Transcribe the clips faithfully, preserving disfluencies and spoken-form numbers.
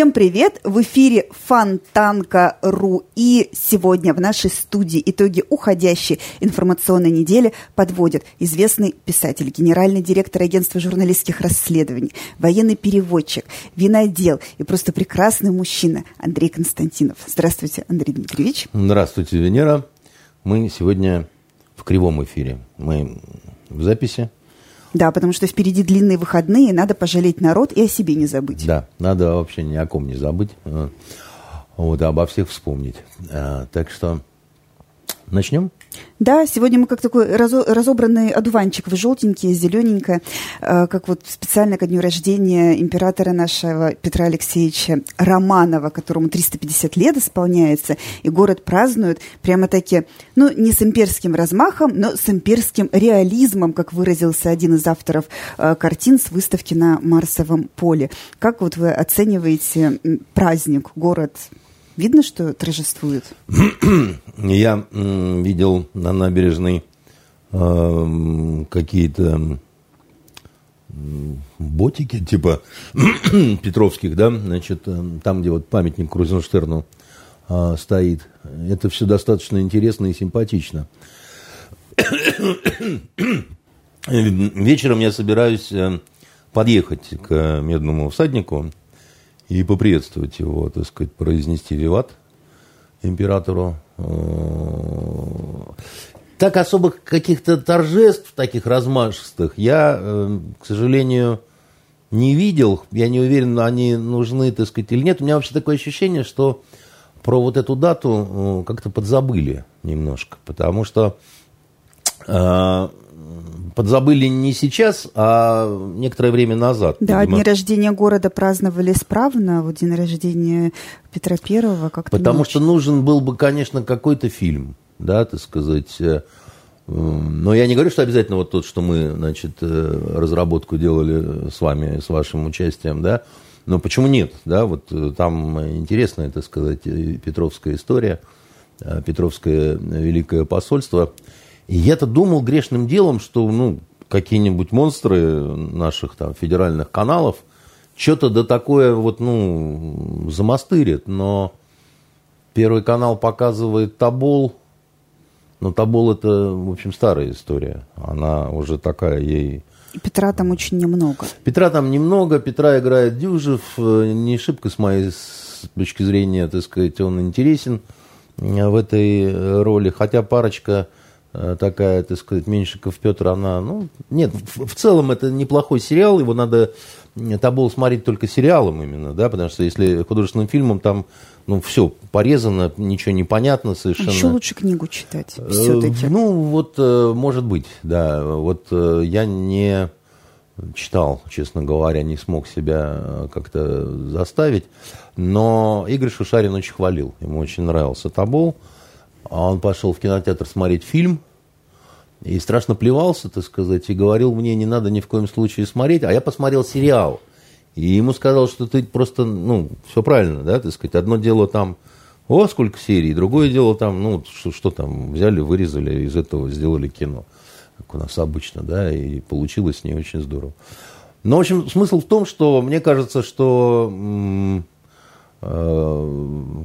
Всем привет! В эфире Фонтанка.ру. И сегодня в нашей студии итоги уходящей информационной недели подводит известный писатель, генеральный директор агентства журналистских расследований, военный переводчик, винодел и просто прекрасный мужчина Андрей Константинов. Здравствуйте, Андрей Дмитриевич. Здравствуйте, Венера. Мы сегодня в кривом эфире. Мы в записи. Да, потому что впереди длинные выходные, надо пожалеть народ и о себе не забыть. Да, надо вообще ни о ком не забыть, вот, обо всех вспомнить. Так что начнем? Да, сегодня мы как такой разо- разобранный одуванчик, вы желтенькие, зелененькая, э, как вот специально ко дню рождения императора нашего Петра Алексеевича Романова, которому триста пятьдесят лет исполняется, и город празднует прямо-таки, ну, не с имперским размахом, но с имперским реализмом, как выразился один из авторов э, картин с выставки на Марсовом поле. Как вот вы оцениваете праздник, город? Видно, что торжествует? Я м, видел на набережной э, какие-то ботики, типа петровских, да, значит, там, где вот памятник Крузенштерну э, стоит. Это все достаточно интересно и симпатично. Вечером я собираюсь подъехать к Медному всаднику и поприветствовать его, так сказать, произнести виват императору. Так особых каких-то торжеств, таких размашистых, я, к сожалению, не видел. Я не уверен, они нужны, так сказать, или нет. У меня вообще такое ощущение, что про вот эту дату как-то подзабыли немножко, потому что подзабыли не сейчас, а некоторое время назад. Да, видимо. Дни рождения города праздновали справно, вот день рождения Петра Первого как-то. Потому что нужен был бы, конечно, какой-то фильм, да, так сказать. Но я не говорю, что обязательно вот тот, что мы, значит, разработку делали с вами, с вашим участием, да. Но почему нет, да, вот там интересная, так сказать, петровская история, Петровское великое посольство. И я-то думал грешным делом, что, ну, какие-нибудь монстры наших там федеральных каналов что-то да такое вот, ну, замастырят. Но Первый канал показывает Тобол. Но Тобол — это, в общем, старая история. Она уже такая, ей... И Петра там очень немного. Петра там немного. Петра играет Дюжев. Не шибко, с моей точки зрения, так сказать, он интересен в этой роли. Хотя парочка... такая, так сказать, Меньшиков Петр, она, ну, нет, в, в целом это неплохой сериал, его надо, Тобол, смотреть только сериалом именно, да, потому что если художественным фильмом там, ну, все порезано, ничего не понятно совершенно. Еще лучше книгу читать все-таки. Ну, вот, может быть, да, вот я не читал, честно говоря, не смог себя как-то заставить, но Игорь Шушарин очень хвалил, ему очень нравился Тобол. А он пошел в кинотеатр смотреть фильм и страшно плевался, так сказать, и говорил мне, не надо ни в коем случае смотреть. А я посмотрел сериал. И ему сказал, что ты просто, ну, все правильно, да, так сказать. Одно дело там, о, сколько серий, другое дело там, ну, что, что там, взяли, вырезали, из этого сделали кино. Как у нас обычно, да, и получилось не очень здорово. Но, в общем, смысл в том, что мне кажется, что... М- э-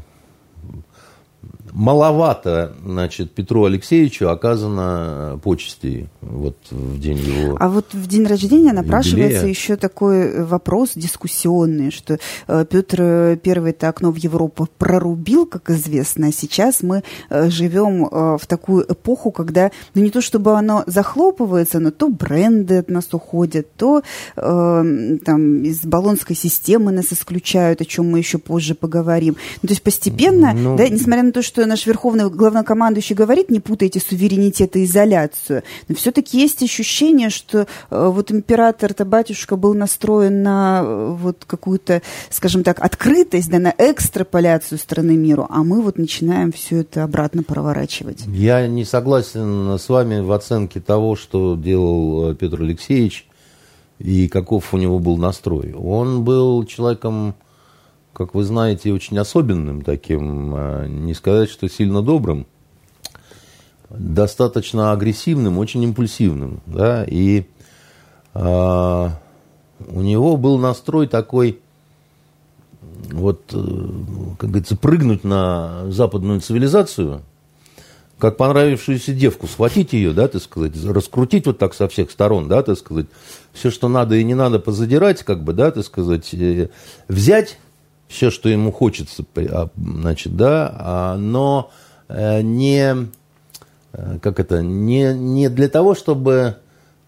маловато, значит, Петру Алексеевичу оказано почестей вот в день его А вот в день рождения напрашивается юбилея. Еще такой вопрос дискуссионный, что э, Петр Первый это окно в Европу прорубил, как известно, а сейчас мы э, живем э, в такую эпоху, когда, ну не то чтобы оно захлопывается, но то бренды от нас уходят, то э, там из баллонской системы нас исключают, о чем мы еще позже поговорим. Ну, то есть постепенно, ну, да, несмотря на то, что наш верховный главнокомандующий говорит, не путайте суверенитет и изоляцию, но все-таки есть ощущение, что э, вот император-то, батюшка, был настроен на э, вот какую-то, скажем так, открытость, да, на экстраполяцию страны миру, а мы вот начинаем все это обратно проворачивать. Я не согласен с вами в оценке того, что делал Петр Алексеевич и каков у него был настрой. Он был человеком, как вы знаете, очень особенным таким, не сказать, что сильно добрым, достаточно агрессивным, очень импульсивным, да, и а, у него был настрой такой вот, как говорится, прыгнуть на западную цивилизацию, как понравившуюся девку, схватить ее, да, так сказать, раскрутить вот так со всех сторон, да, так сказать, все, что надо и не надо, позадирать, как бы, да, так сказать, взять все, что ему хочется, значит, да, но не, как это, не, не для того, чтобы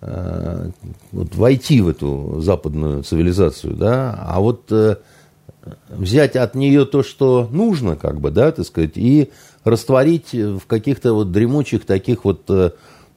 вот, войти в эту западную цивилизацию, да, а вот взять от нее то, что нужно, как бы, да, так сказать, и растворить в каких-то вот дремучих таких вот э,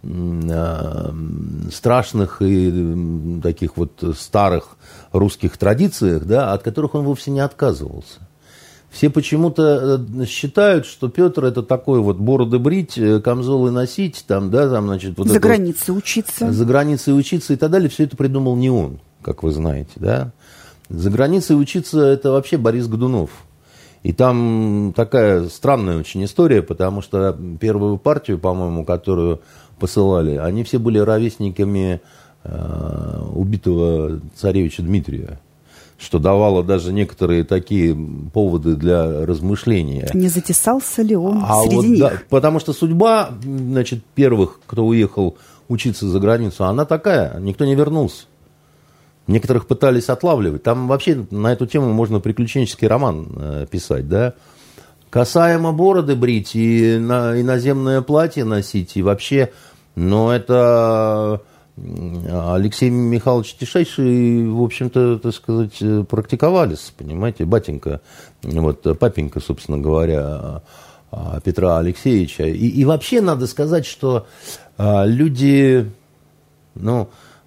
э, страшных и таких вот старых русских традициях, да, от которых он вовсе не отказывался. Все почему-то считают, что Петр это такой вот бороды брить, камзолы носить, там, да, там, значит, вот за это границей вот, учиться. За границей учиться и так далее. Все это придумал не он, как вы знаете, да. За границей учиться это вообще Борис Годунов. И там такая странная очень история, потому что первую партию, по-моему, которую посылали, они все были ровесниками э, убитого царевича Дмитрия, что давало даже некоторые такие поводы для размышления. Не затесался ли он а среди вот, них? Да, потому что судьба, значит, первых, кто уехал учиться за границу, она такая, никто не вернулся. Некоторых пытались отлавливать. Там вообще на эту тему можно приключенческий роман э, писать, да. Касаемо бороды брить и на, иноземное платье носить, и вообще, но это Алексей Михайлович Тишайший, в общем-то, так сказать, практиковались, понимаете, батенька, вот, папенька, собственно говоря, Петра Алексеевича. И, и вообще надо сказать, что а, люди, ну,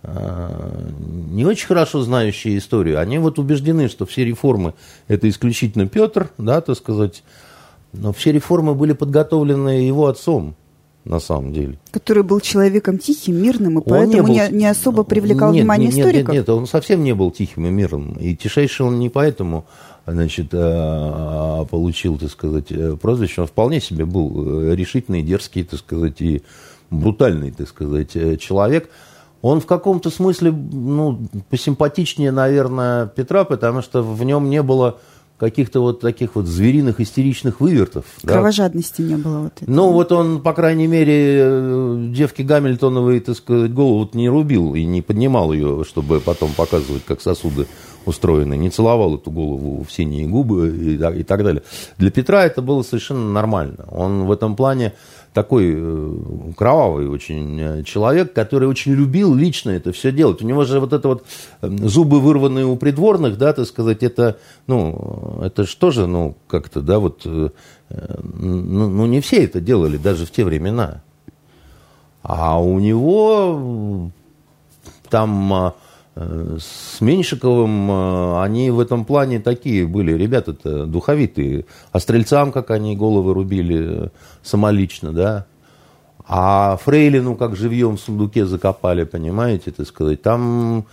не очень хорошо знающие историю, они вот убеждены, что все реформы это исключительно Петр, да, так сказать, но все реформы были подготовлены его отцом, на самом деле. Который был человеком тихим, мирным, и он поэтому не, был... не особо привлекал нет, внимание нет, историков? Нет, нет, он совсем не был тихим и мирным, и Тишайший он не поэтому, значит, получил, так сказать, прозвище, он вполне себе был решительный, дерзкий, так сказать, и брутальный, так сказать, человек. Он в каком-то смысле, ну, посимпатичнее, наверное, Петра, потому что в нем не было каких-то вот таких вот звериных истеричных вывертов. Кровожадности да? не было. Вот этого. Ну, вот он, по крайней мере, девке Гамильтоновой, так сказать, голову не рубил и не поднимал ее, чтобы потом показывать, как сосуды устроены. Не целовал эту голову в синие губы и, и так далее. Для Петра это было совершенно нормально. Он в этом плане такой кровавый очень человек, который очень любил лично это все делать. У него же вот это вот зубы, вырванные у придворных, да, так сказать, это, ну, это же тоже, ну, как-то, да, вот, ну, ну, не все это делали, даже в те времена. А у него там с Меньшиковым они в этом плане такие были, ребята-то духовитые. А стрельцам, как они головы рубили самолично, да. А Фрейлину как живьем в сундуке закопали, понимаете, так сказать. Там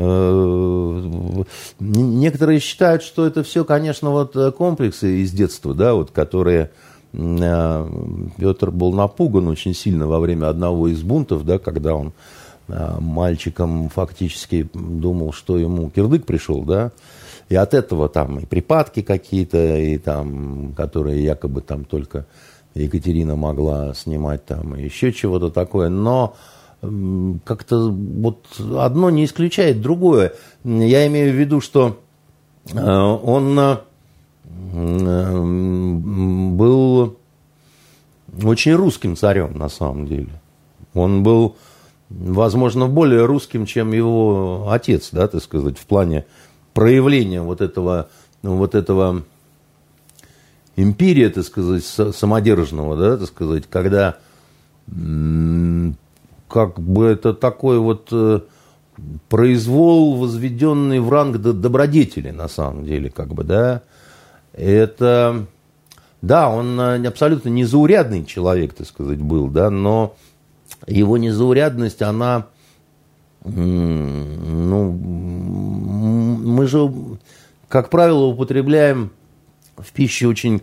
э, некоторые считают, что это все, конечно, вот комплексы из детства, да, вот, которые э, Петр был напуган очень сильно во время одного из бунтов, да, когда он мальчиком фактически думал, что ему кирдык пришел, да, и от этого там и припадки какие-то, и там, которые якобы там только Екатерина могла снимать, там, и еще чего-то такое, но как-то вот одно не исключает другое. Я имею в виду, что он был очень русским царем, на самом деле. Он был, возможно, более русским, чем его отец, да, так сказать, в плане проявления вот этого, вот этого империя, так сказать, самодержного, да, так сказать, когда как бы это такой вот произвол, возведенный в ранг добродетели, на самом деле, как бы, да, это, да, он абсолютно незаурядный человек, так сказать, был, да, но его незаурядность, она, ну, мы же, как правило, употребляем в пище очень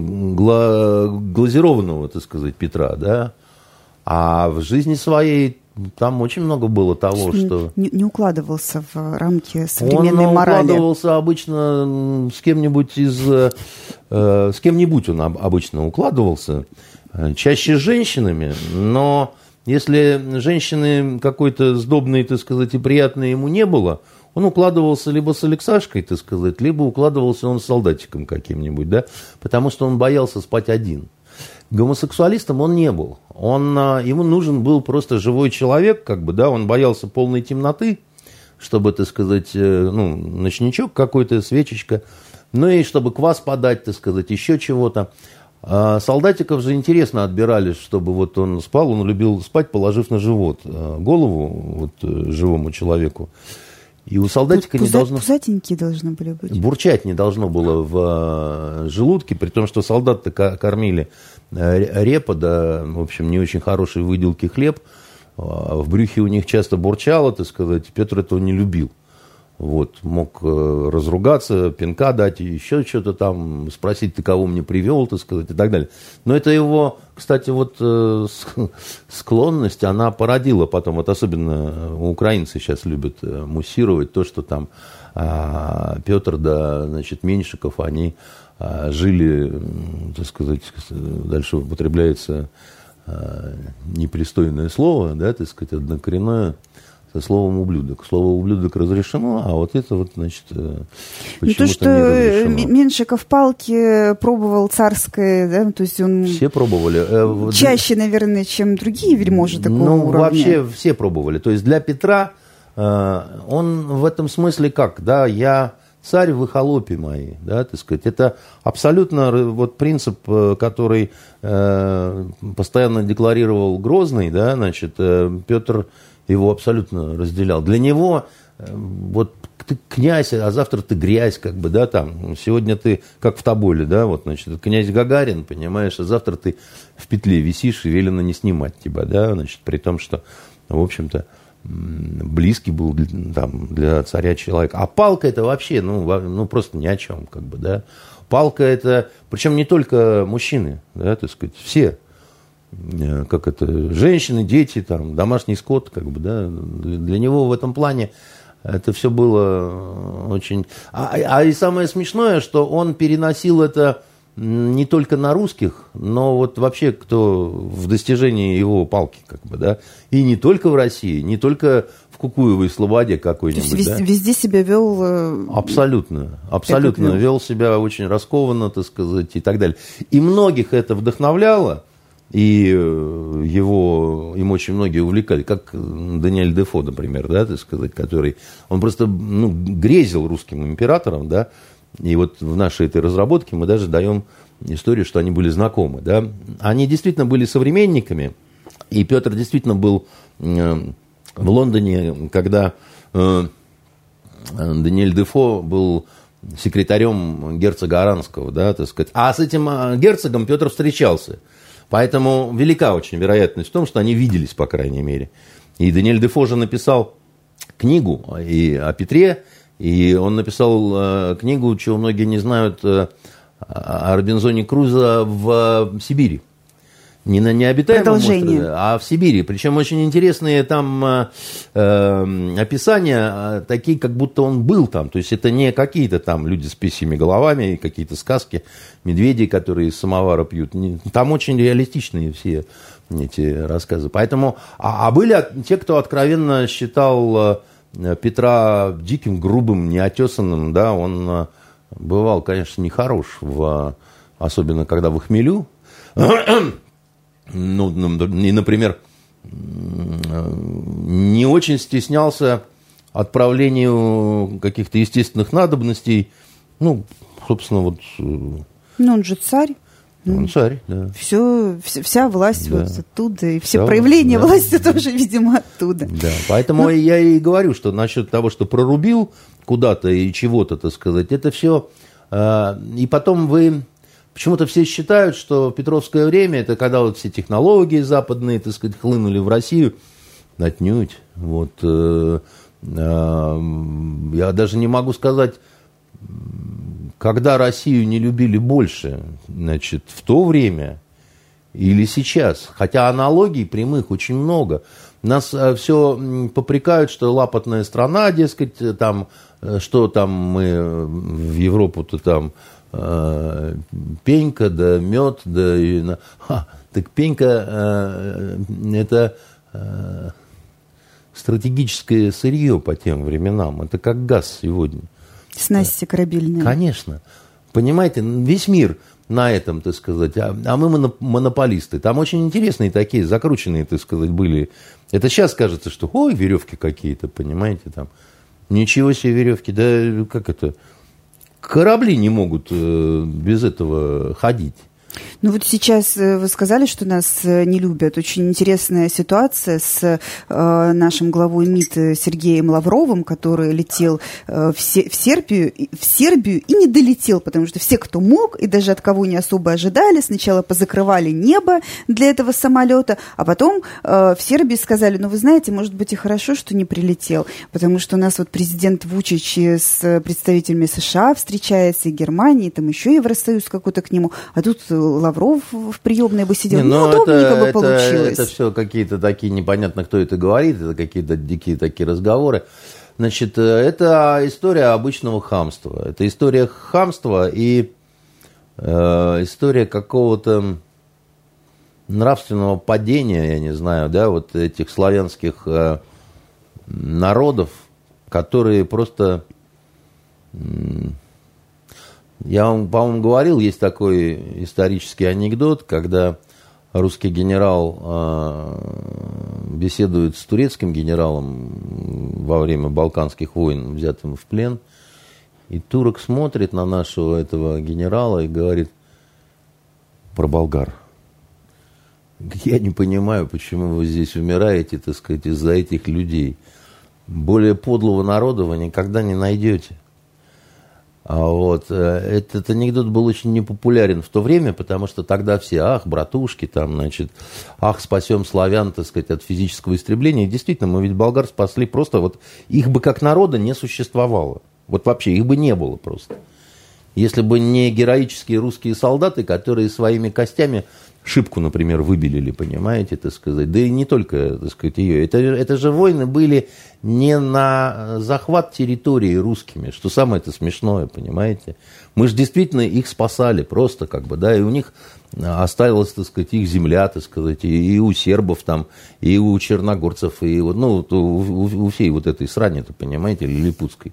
глазированного, так сказать, Петра, да, а в жизни своей там очень много было того, не, что... Не, не укладывался в рамки современной он морали. Он укладывался обычно с кем-нибудь из... Э, с кем-нибудь он обычно укладывался. Чаще с женщинами, но если женщины какой-то сдобной, так сказать, и приятной ему не было, он укладывался либо с Алексашкой, так сказать, либо укладывался он с солдатиком каким-нибудь, да, потому что он боялся спать один. Гомосексуалистом он не был. Он, ему нужен был просто живой человек, как бы, да, он боялся полной темноты, чтобы, так сказать, ну, ночничок какой-то, свечечка, ну и чтобы квас подать, так сказать, еще чего-то. А солдатиков же интересно отбирали, чтобы вот он спал, он любил спать, положив на живот голову вот, живому человеку. И у солдатика Пуза- не должно... Пузатенькие должны были быть. Бурчать не должно было в желудке, при том, что солдат-то кормили репа, да, в общем, не очень хорошей выделки хлеб. В брюхе у них часто бурчало, так сказать, Петр этого не любил. Вот, мог разругаться, пинка дать, еще что-то там, спросить, ты кого мне привел, так сказать, и так далее. Но это его, кстати, вот склонность, она породила потом, вот особенно украинцы сейчас любят муссировать то, что там Петр, да, значит, Меньшиков, они жили, так сказать, дальше употребляется непристойное слово, да, так сказать, однокоренное, со словом «ублюдок». Слово «ублюдок» разрешено, а вот это вот, значит, почему-то ну, то, что не разрешено. Меньшиков палки пробовал царское, да, то есть он... Все пробовали. Чаще, наверное, чем другие вельможи такого ну, уровня. Вообще все пробовали. То есть для Петра он в этом смысле как, да, я царь, вы холопи мои, да, так сказать. Это абсолютно вот принцип, который постоянно декларировал Грозный, да, значит, Петр его абсолютно разделял. Для него вот ты князь, а завтра ты грязь, как бы, да, там. Сегодня ты, как в Тоболе, да, вот, значит, князь Гагарин, понимаешь, а завтра ты в петле висишь и велено не снимать тебя, да, значит, при том, что, в общем-то, близкий был там, для царя человек. А палка это вообще, ну, ну, просто ни о чем, как бы, да. Палка это, причем не только мужчины, да, так сказать, все. Как это, женщины, дети, там, домашний скот, как бы, да, для него в этом плане это все было очень... А, а и самое смешное, что он переносил это не только на русских, но вот вообще кто в достижении его палки, как бы, да, и не только в России, не только в Кукуевой слободе какой-нибудь, то есть везде, да? везде себя вел... Абсолютно, абсолютно вел. вел себя очень раскованно, так сказать, и так далее. И многих это вдохновляло, и его, им очень многие увлекали, как Даниэль Дефо, например, да, так сказать, который, он просто, ну, грезил русским императором, да, и вот в нашей этой разработке мы даже даем историю, что они были знакомы, да, они действительно были современниками, и Петр действительно был в Лондоне, когда Даниэль Дефо был секретарем герцога Оранского, да, так сказать, а с этим герцогом Петр встречался. Поэтому велика очень вероятность в том, что они виделись, по крайней мере. И Даниэль Дефо же написал книгу и о Петре, и он написал э, книгу, чего многие не знают, э, о Робинзоне Крузо в Сибири. Не на необитаемом острове, а в Сибири. Причем очень интересные там э, э, описания, такие, как будто он был там. То есть это не какие-то там люди с письми головами, какие-то сказки, медведи, которые из самовара пьют. Там очень реалистичные все эти рассказы. Поэтому, а, а были те, кто откровенно считал Петра диким, грубым, неотесанным. Да, он бывал, конечно, нехорош, в, особенно когда в хмелю. Ну, и, например, не очень стеснялся отправлению каких-то естественных надобностей. Ну, собственно, вот... Ну, он же царь. Он царь, да. Все, вся власть да. вот оттуда, и все вся, проявления да, власти да. тоже, видимо, оттуда. Да, поэтому ну, я и говорю, что насчет того, что прорубил куда-то и чего-то, так сказать, это все... И потом вы... Почему-то все считают, что в Петровское время, это когда вот все технологии западные, так сказать, хлынули в Россию. Отнюдь. Вот, э, э, я даже не могу сказать, когда Россию не любили больше, значит, в то время или сейчас. Хотя аналогий прямых очень много. Нас все попрекают, что лапотная страна, дескать, там, что там мы в Европу-то там э, пенька, да мед, да... И, ха, так пенька э, это э, стратегическое сырье по тем временам. Это как газ сегодня. Снасти корабельные. Конечно. Понимаете, весь мир на этом, так сказать, а, а мы монополисты. Там очень интересные такие, закрученные, так сказать, были. Это сейчас кажется, что, ой, веревки какие-то, понимаете, там. Ничего себе веревки, да как это, корабли не могут э, без этого ходить. Ну вот сейчас вы сказали, что нас не любят. Очень интересная ситуация с э, нашим главой МИД Сергеем Лавровым, который летел э, в, Се- в, Сербию, в Сербию и не долетел, потому что все, кто мог, и даже от кого не особо ожидали, сначала позакрывали небо для этого самолета, а потом э, в Сербии сказали, ну вы знаете, может быть и хорошо, что не прилетел, потому что у нас вот президент Вучич с представителями США встречается, и Германии, там еще Евросоюз какой-то к нему, а тут Лавров в приемной бы сидел. Не, ну, удобненько бы получилось. Это, это все какие-то такие, непонятно, кто это говорит, это какие-то дикие такие разговоры. Значит, это история обычного хамства. Это история хамства и э, история какого-то нравственного падения, я не знаю, да, вот этих славянских э, народов, которые просто... Э, Я вам, по-моему, говорил, есть такой исторический анекдот, когда русский генерал э, беседует с турецким генералом во время Балканских войн, взятым в плен, и турок смотрит на нашего этого генерала и говорит про болгар. Я не понимаю, почему вы здесь умираете, так сказать, из-за этих людей. Более подлого народа вы никогда не найдете. А вот, этот анекдот был очень непопулярен в то время, потому что тогда все, ах, братушки, там, значит, ах, спасем славян, так сказать, от физического истребления. И действительно, мы ведь болгар спасли просто, вот их бы как народа не существовало. Вот вообще, их бы не было просто. Если бы не героические русские солдаты, которые своими костями шибку, например, выбелили, понимаете, так сказать. Да и не только, так сказать, ее. Это, это же войны были не на захват территории русскими, что самое-то смешное, понимаете. Мы же действительно их спасали просто, как бы, да, и у них осталась, так сказать, их земля, так сказать, и у сербов там, и у черногорцев, и вот, ну, у, у всей вот этой срани-то, понимаете, лилипутской.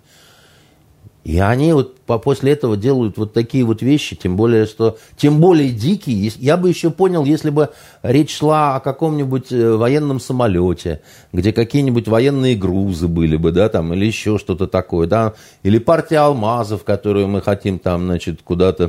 И они вот после этого делают вот такие вот вещи, тем более, что, тем более дикие. Я бы еще понял, если бы речь шла о каком-нибудь военном самолете, где какие-нибудь военные грузы были бы, да, там, или еще что-то такое, да, или партия алмазов, которую мы хотим там, значит, куда-то,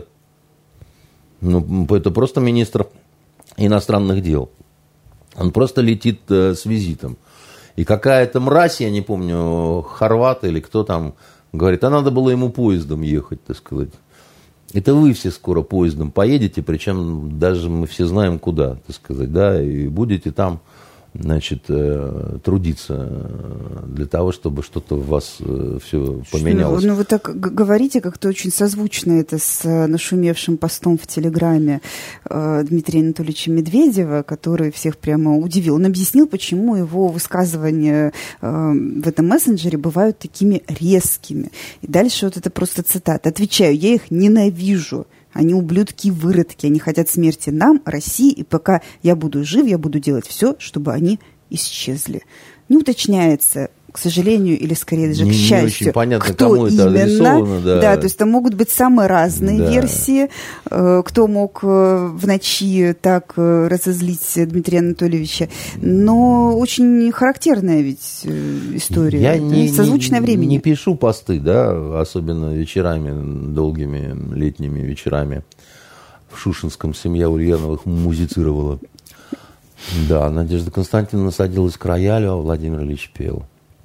ну, это просто министр иностранных дел. Он просто летит э, с визитом. И какая-то мразь, я не помню, хорват или кто там, говорит, а надо было ему поездом ехать, так сказать. Это вы все скоро поездом поедете, причем даже мы все знаем куда, так сказать, да, и будете там, значит, трудиться для того, чтобы что-то в вас все поменялось. Ну, вы так говорите, как-то очень созвучно это с нашумевшим постом в Телеграме Дмитрия Анатольевича Медведева, который всех прямо удивил. Он объяснил, почему его высказывания в этом мессенджере бывают такими резкими. И дальше вот это просто цитата. «Отвечаю, я их ненавижу. Они ублюдки и выродки, они хотят смерти нам, России, и пока я буду жив, я буду делать все, чтобы они исчезли». Не уточняется, к сожалению, или скорее даже не, к счастью, не очень понятно, кто кому это именно. Да. да, то есть там могут быть самые разные да. версии. Кто мог в ночи так разозлить Дмитрия Анатольевича. Но очень характерная ведь история. Я не, созвучное не, времени. не пишу посты, да, особенно вечерами, долгими летними вечерами. В Шушинском семья Ульяновых музицировала. Да, Надежда Константиновна садилась к роялю, а Владимир Ильич пел.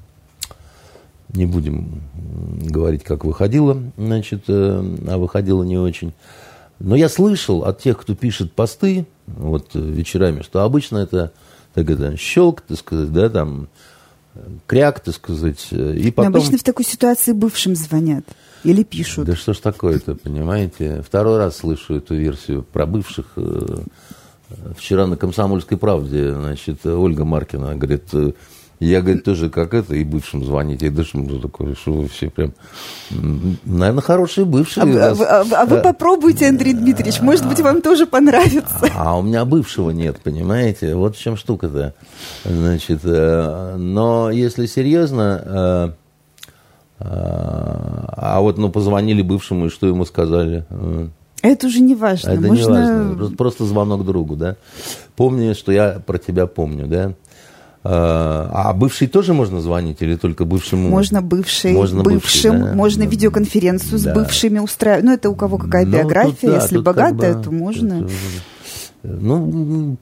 Не будем говорить, как выходило, значит, а выходило не очень. Но я слышал от тех, кто пишет посты вот вечерами, что обычно это, так это щелк, так сказать, да, там, кряк, так сказать. И потом... Но обычно в такой ситуации бывшим звонят или пишут. Да что ж такое-то, понимаете? Второй раз слышу эту версию про бывших. вчера на «Комсомольской правде», значит, Ольга Маркина говорит, я, говорит, тоже как это, и бывшим звонить. Я думаю, такое, что вы все прям, наверное, хорошие бывшие. А, а, а вы попробуйте, Андрей Дмитриевич, может быть, вам тоже понравится. А у меня бывшего нет, понимаете? Вот в чем штука-то. Значит, но если серьезно, а вот, ну, позвонили бывшему, и что ему сказали? Это уже не важно. Это Можно... не важно. Просто звонок другу, да. Помни, что я про тебя помню, да. А бывший тоже можно звонить или только бывшему? Можно бывший, можно бывшим, бывший, да? можно видеоконференцию да. с бывшими устраивать. Ну, это у кого какая ну, биография, тут, да, если богатая, как бы, то можно. Это, ну,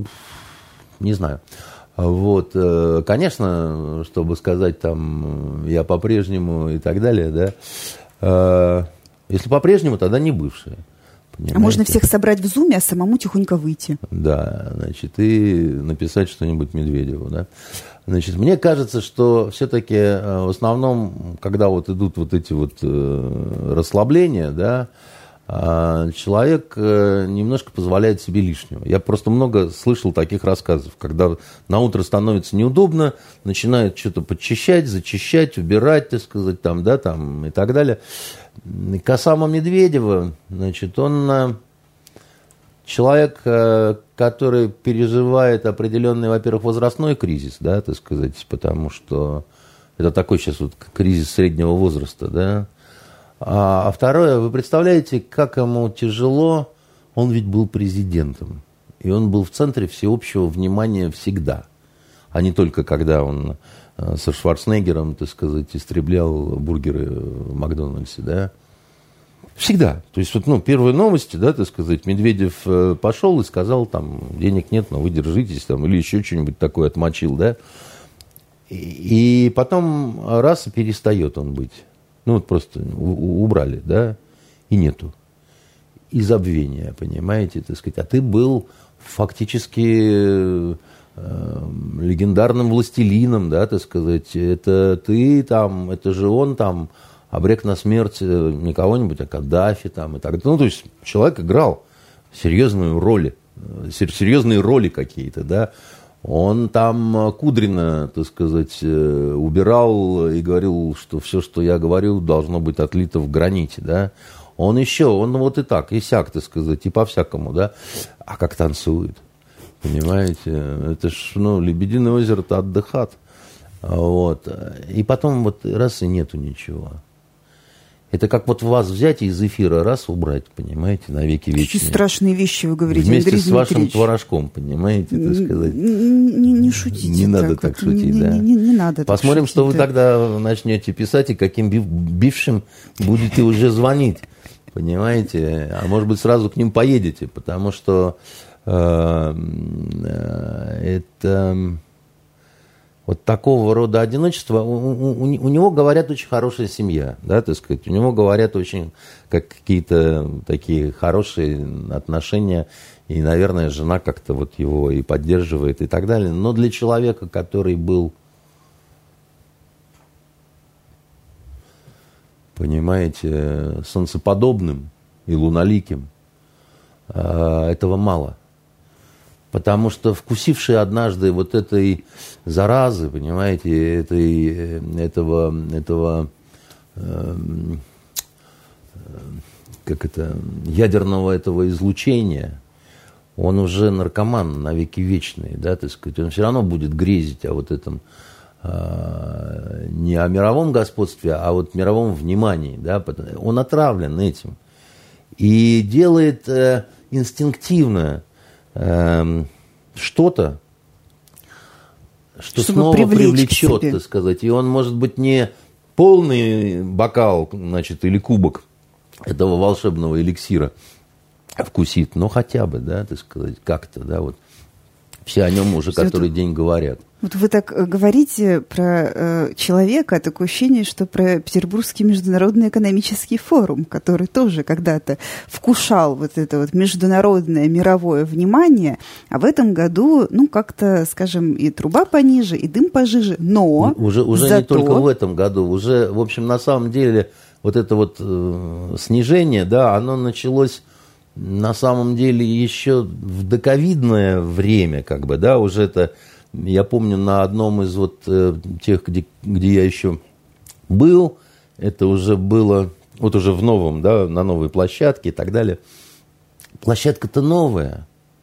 не знаю. Вот, конечно, чтобы сказать там, я по-прежнему и так далее, да. Если по-прежнему, тогда не бывшие. Понимаете? А можно всех собрать в зуме, а самому тихонько выйти. Да, значит, и написать что-нибудь Медведеву, да. Значит, мне кажется, что все-таки в основном, когда вот идут вот эти вот расслабления, да, человек немножко позволяет себе лишнего. Я просто много слышал таких рассказов, когда на утро становится неудобно, начинают что-то подчищать, зачищать, убирать, так сказать, там, да, там и так далее. Касамо Медведева, значит, он человек, который переживает определенный, во-первых, возрастной кризис, да, так сказать, потому что это такой сейчас вот кризис среднего возраста, да. А второе, вы представляете, как ему тяжело, он ведь был президентом, и он был в центре всеобщего внимания всегда, а не только когда он со Шварценеггером, так сказать, истреблял бургеры в Макдональдсе, да. Всегда. То есть, вот, ну, первые новости, да, так сказать, Медведев пошел и сказал, там, денег нет, но вы держитесь, там, или еще что-нибудь такое отмочил, да. И, и потом раз и перестает он быть. Ну, вот просто убрали, да, и нету. И забвения, понимаете, так сказать. А ты был фактически легендарным властелином, да, так сказать, это ты там, это же он там обрек на смерть не кого-нибудь, а Каддафи там и так далее. Ну, то есть человек играл серьезную роль, серьезные роли какие-то, да. Он там Кудрина, так сказать, убирал и говорил, что все, что я говорю, должно быть отлито в граните, да. Он еще, он вот и так, и сяк, так сказать, и по-всякому, да. А как танцует. Понимаете, это ж, ну, Лебединое озеро-то отдыхат. Вот. И потом вот раз и нету ничего. Это как вот вас взять и из эфира раз убрать, понимаете, навеки вечные. Какие страшные вещи вы говорите, вместе Андрей с вашим Дмитриевич. Творожком, понимаете, так сказать. Не, не шутите. Не надо так, так шутить, не, да. Не, не, не надо Посмотрим, так шутить, что вы да. тогда начнете писать и каким бив, бившим будете уже звонить, понимаете. А может быть, сразу к ним поедете, потому что э, э, это... Вот такого рода одиночество, у, у, у него, говорят, очень хорошая семья, да, так сказать, у него, говорят, очень как какие-то такие хорошие отношения, и, наверное, жена как-то вот его и поддерживает и так далее. Но для человека, который был, понимаете, солнцеподобным и луналиким, этого мало. Потому что вкусивший однажды вот этой заразы, понимаете, этой, этого, этого э, как это, ядерного этого излучения, он уже наркоман навеки вечный, да, так сказать, он все равно будет грезить о вот этом, э, не о мировом господстве, а вот мировом внимании, да, он отравлен этим и делает э, инстинктивно что-то, что чтобы снова привлечет, так сказать. И он, может быть, не полный бокал, значит, или кубок этого волшебного эликсира вкусит, но хотя бы, да, так сказать, как-то, да, вот. Все о нем уже который день говорят. Вот вы так говорите про э, человека, такое ощущение, что про Петербургский международный экономический форум, который тоже когда-то вкушал вот это вот международное мировое внимание, а в этом году, ну, как-то, скажем, и труба пониже, и дым пожиже, но Уже, уже зато... не только в этом году, уже, в общем, на самом деле, вот это вот э, снижение, да, оно началось на самом деле еще в доковидное время, как бы, да, уже это, я помню, на одном из вот э, тех, где, где я еще был, это уже было, вот уже в новом, да, на новой площадке и так далее. Площадка-то новая,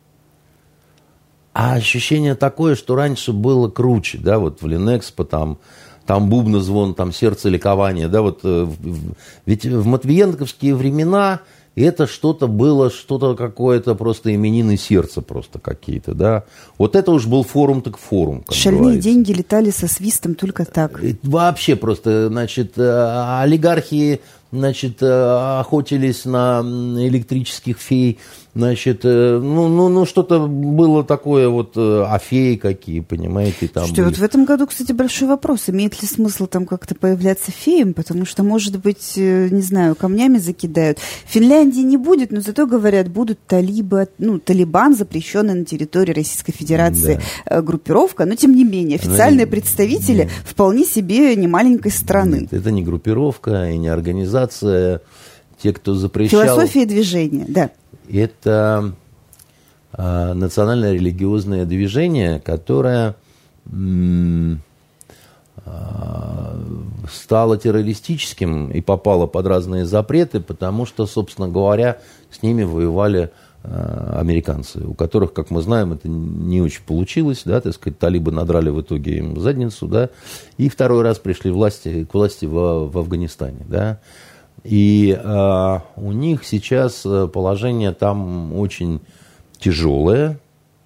а ощущение такое, что раньше было круче, да, вот в Ленэкспо там, там бубнозвон, там сердце ликования, да, вот, э, ведь в матвиенковские времена это что-то было, что-то какое-то просто именины сердца просто какие-то, да. Вот это уж был форум, так форум, как Шальные говорится. деньги летали со свистом только так. Вообще просто, значит, олигархи, значит, охотились на электрических фей, значит, ну, ну, ну что-то было такое вот, а феи какие, понимаете, там Что, вот в этом году, кстати, большой вопрос, имеет ли смысл там как-то появляться феем, потому что, может быть, не знаю, камнями закидают. В Финляндии не будет, но зато, говорят, будут талибы, ну, Талибан, запрещенная на территории Российской Федерации да. группировка, но, тем не менее, официальные но представители нет. вполне себе немаленькой страны. Нет, это не группировка и не организация. Те, кто запрещал... Философия движения, да. Это э, национально-религиозное движение, которое м, э, стало террористическим и попало под разные запреты, потому что, собственно говоря, с ними воевали э, американцы, у которых, как мы знаем, это не очень получилось, да, так сказать, талибы надрали в итоге им задницу, да, и второй раз пришли власти, к власти в, в Афганистане, да. И э, у них сейчас положение там очень тяжелое,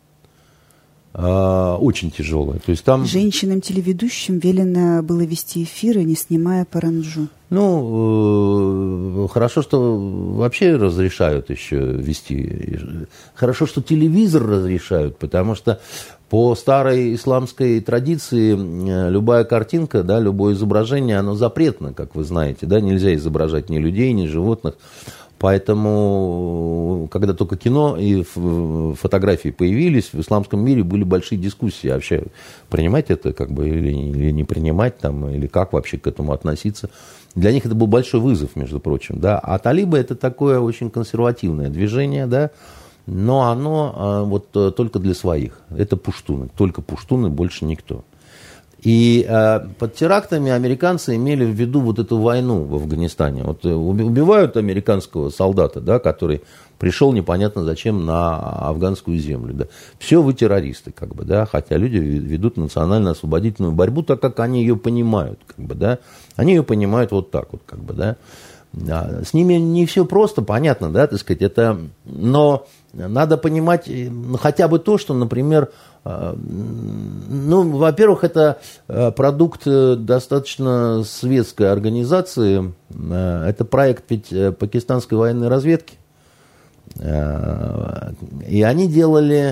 э, очень тяжелое. То есть там... Женщинам-телеведущим велено было вести эфиры, не снимая паранджу. Ну, э, хорошо, что вообще разрешают еще вести. Хорошо, что телевизор разрешают, потому что по старой исламской традиции любая картинка, да, любое изображение, оно запретно, как вы знаете, да, нельзя изображать ни людей, ни животных. Поэтому, когда только кино и фотографии появились, в исламском мире были большие дискуссии. Вообще, принимать это как бы или, или не принимать, там, или как вообще к этому относиться. Для них это был большой вызов, между прочим. Да. А талибы – это такое очень консервативное движение, да, но оно вот только для своих. Это пуштуны, только пуштуны, больше никто. И э, под терактами американцы имели в виду вот эту войну в Афганистане. Вот убивают американского солдата, да, который пришел непонятно зачем на афганскую землю. Да. Все вы террористы, как бы, да, хотя люди ведут национально-освободительную борьбу, так как они ее понимают, как бы, да. Они ее понимают вот так вот, как бы, да. С ними не все просто, понятно, да, так сказать, это, но надо понимать хотя бы то, что, например, ну, во-первых, это продукт достаточно светской организации, это проект ведь пакистанской военной разведки, и они делали,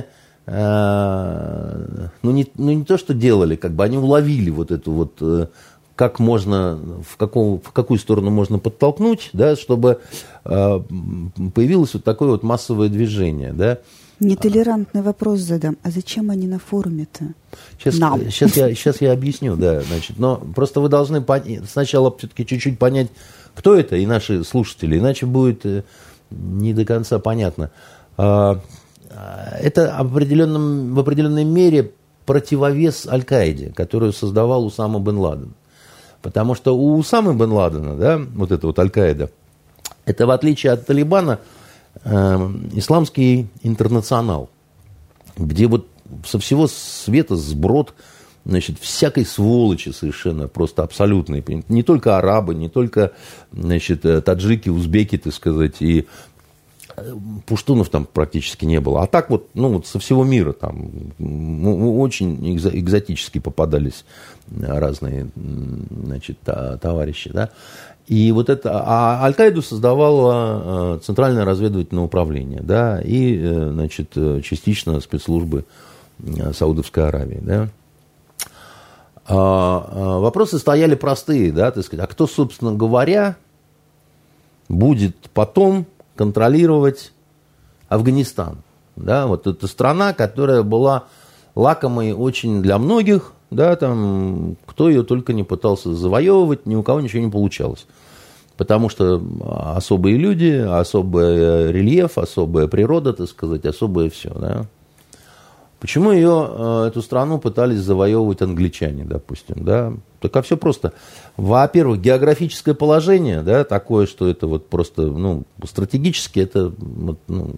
ну не, ну, не то, что делали, как бы они уловили вот эту вот, как можно, в, каком, в какую сторону можно подтолкнуть, да, чтобы э, появилось вот такое вот массовое движение, да. Нетолерантный вопрос задам. А зачем они на форуме-то? Сейчас, сейчас, я, сейчас я объясню, да, значит, но просто вы должны пон- сначала все-таки чуть-чуть понять, кто это, и наши слушатели, иначе будет не до конца понятно. Это в, определенном, в определенной мере противовес Аль-Каиде, которую создавал Усама бен Ладен. Потому что у Усамы бен Ладена, да, вот это вот Аль-Каида, это в отличие от Талибана э, исламский интернационал, где вот со всего света сброд, значит, всякой сволочи совершенно, просто абсолютной. Не только арабы, не только, значит, таджики, узбеки, так сказать, и пуштунов там практически не было. А так вот, ну, вот со всего мира там ну, очень экзотически попадались разные, значит, товарищи, да. И вот это, а Аль-Каиду создавало Центральное разведывательное управление, да, и, значит, частично спецслужбы Саудовской Аравии, да. А вопросы стояли простые, да, так сказать, а кто, собственно говоря, будет потом контролировать Афганистан, да, вот эта страна, которая была лакомой очень для многих, да, там, кто ее только не пытался завоевывать, ни у кого ничего не получалось. Потому что особые люди, особый рельеф, особая природа, так сказать, особое все. Да? Почему ее, эту страну пытались завоевывать англичане, допустим? Да? Так а все просто. Во-первых, географическое положение, да, такое, что это вот просто, ну, стратегически это вот, ну,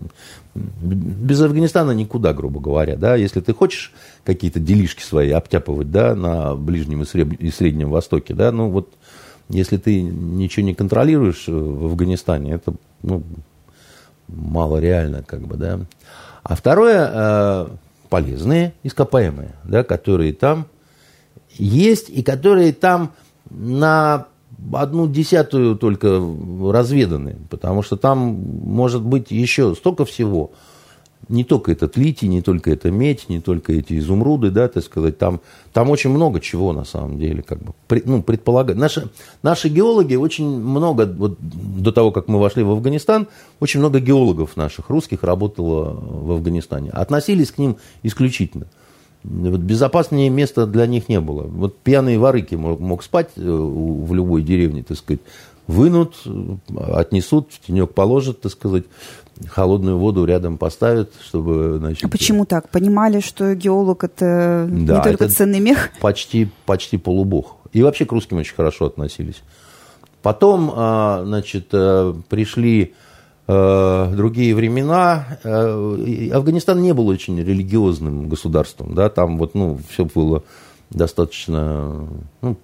без Афганистана никуда, грубо говоря, да, если ты хочешь какие-то делишки свои обтяпывать, да, на Ближнем и, Среб... и Среднем Востоке, да, ну вот, если ты ничего не контролируешь в Афганистане, это, ну, мало реально, как бы, да. А второе, полезные ископаемые, да, которые там есть и которые там на одну десятую только разведаны, потому что там может быть еще столько всего. Не только этот литий, не только эта медь, не только эти изумруды, да, так сказать, там, там очень много чего на самом деле, как бы, ну, предполагают. Наши, наши геологи очень много, вот, до того, как мы вошли в Афганистан, очень много геологов наших русских работало в Афганистане. Относились к ним исключительно. Вот безопаснее места для них не было. Вот пьяные ворыки мог, мог спать в любой деревне, так сказать, вынут, отнесут, в тенек положат, так сказать, холодную воду рядом поставят, чтобы... Значит, а почему так? Понимали, что геолог – это да, не только это ценный мех? Почти, почти полубог. И вообще к русским очень хорошо относились. Потом, значит, пришли другие времена. Афганистан не был очень религиозным государством, да, там вот, ну, все было достаточно, ну,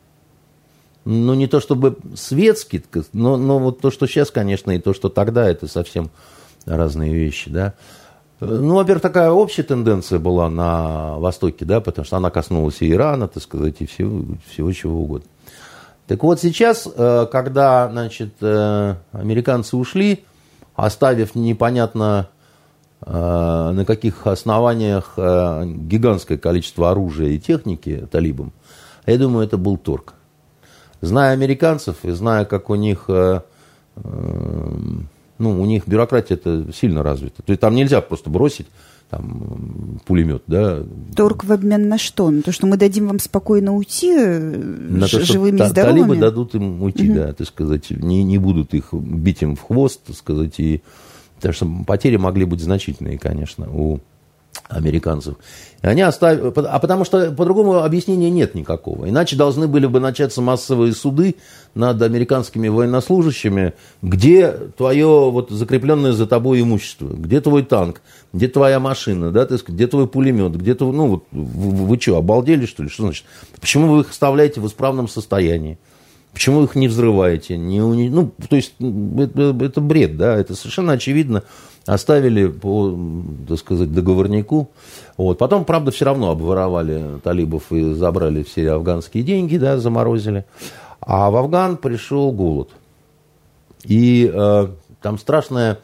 ну, не то чтобы светский, но, но вот то, что сейчас, конечно, и то, что тогда, это совсем разные вещи, да. Ну, во-первых, такая общая тенденция была на Востоке, да, потому что она коснулась и Ирана, так сказать, и всего, всего чего угодно. Так вот сейчас, когда, значит, американцы ушли, оставив непонятно на каких основаниях гигантское количество оружия и техники талибам, я думаю, это был торг. Зная американцев и зная, как у них, ну, у них бюрократия это сильно развита. То есть там нельзя просто бросить там пулемет, да. Торг в обмен на что? На то, что мы дадим вам спокойно уйти, на ж- то, живыми та- и здоровыми? Талибы дадут им уйти, угу. да, так сказать, не, не будут их бить им в хвост, так сказать, и потому что потери могли быть значительные, конечно, у американцев. И они оставили, а потому что по-другому объяснения нет никакого. Иначе должны были бы начаться массовые суды над американскими военнослужащими, где твое вот закрепленное за тобой имущество, где твой танк, где твоя машина, да, ты, где твой пулемет, где твой, ну вот вы, вы что, обалдели что ли? Что значит? Почему вы их оставляете в исправном состоянии? Почему вы их не взрываете? Не, ну, то есть это, это бред, да, это совершенно очевидно. Оставили по, так сказать, договорнику. Вот. Потом, правда, все равно обворовали талибов и забрали все афганские деньги, да, заморозили. А в Афган пришел голод. И э, там, страшная,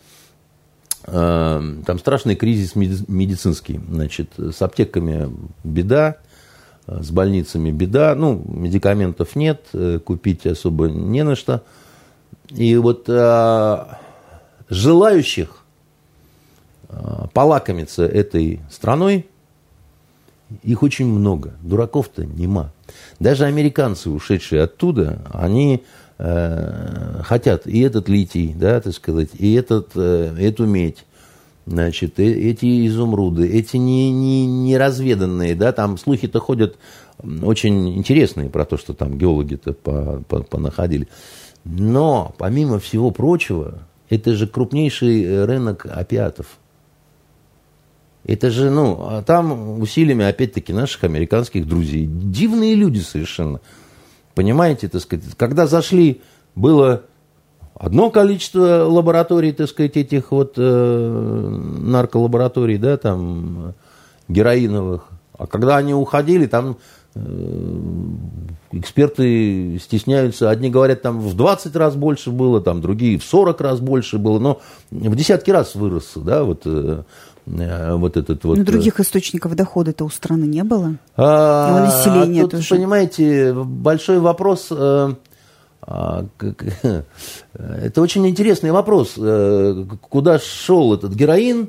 э, там страшный кризис медицинский. Значит, с аптеками беда, с больницами беда. Ну, медикаментов нет, купить особо не на что. И вот э, желающих полакомиться этой страной, их очень много. Дураков-то нема. Даже американцы, ушедшие оттуда, они э, хотят и этот литий, да, так сказать, и этот, э, эту медь, значит, и, эти изумруды, эти не, не, неразведанные, да, там слухи-то ходят очень интересные про то, что там геологи-то понаходили. Но, помимо всего прочего, это же крупнейший рынок опиатов. Это же, ну, там усилиями, опять-таки, наших американских друзей. Дивные люди совершенно. Понимаете, так сказать, когда зашли, было одно количество лабораторий, так сказать, этих вот э, нарколабораторий, да, там, героиновых. А когда они уходили, там э, эксперты стесняются. Одни говорят, там в двадцать раз больше было, там другие в сорок раз больше было. Но в десятки раз вырос, да, вот... Э, Вот этот вот... Но других источников дохода-то у страны не было. А, и у населения тут, тоже. Понимаете, большой вопрос... Э, э, это очень интересный вопрос. Э, куда шел этот героин?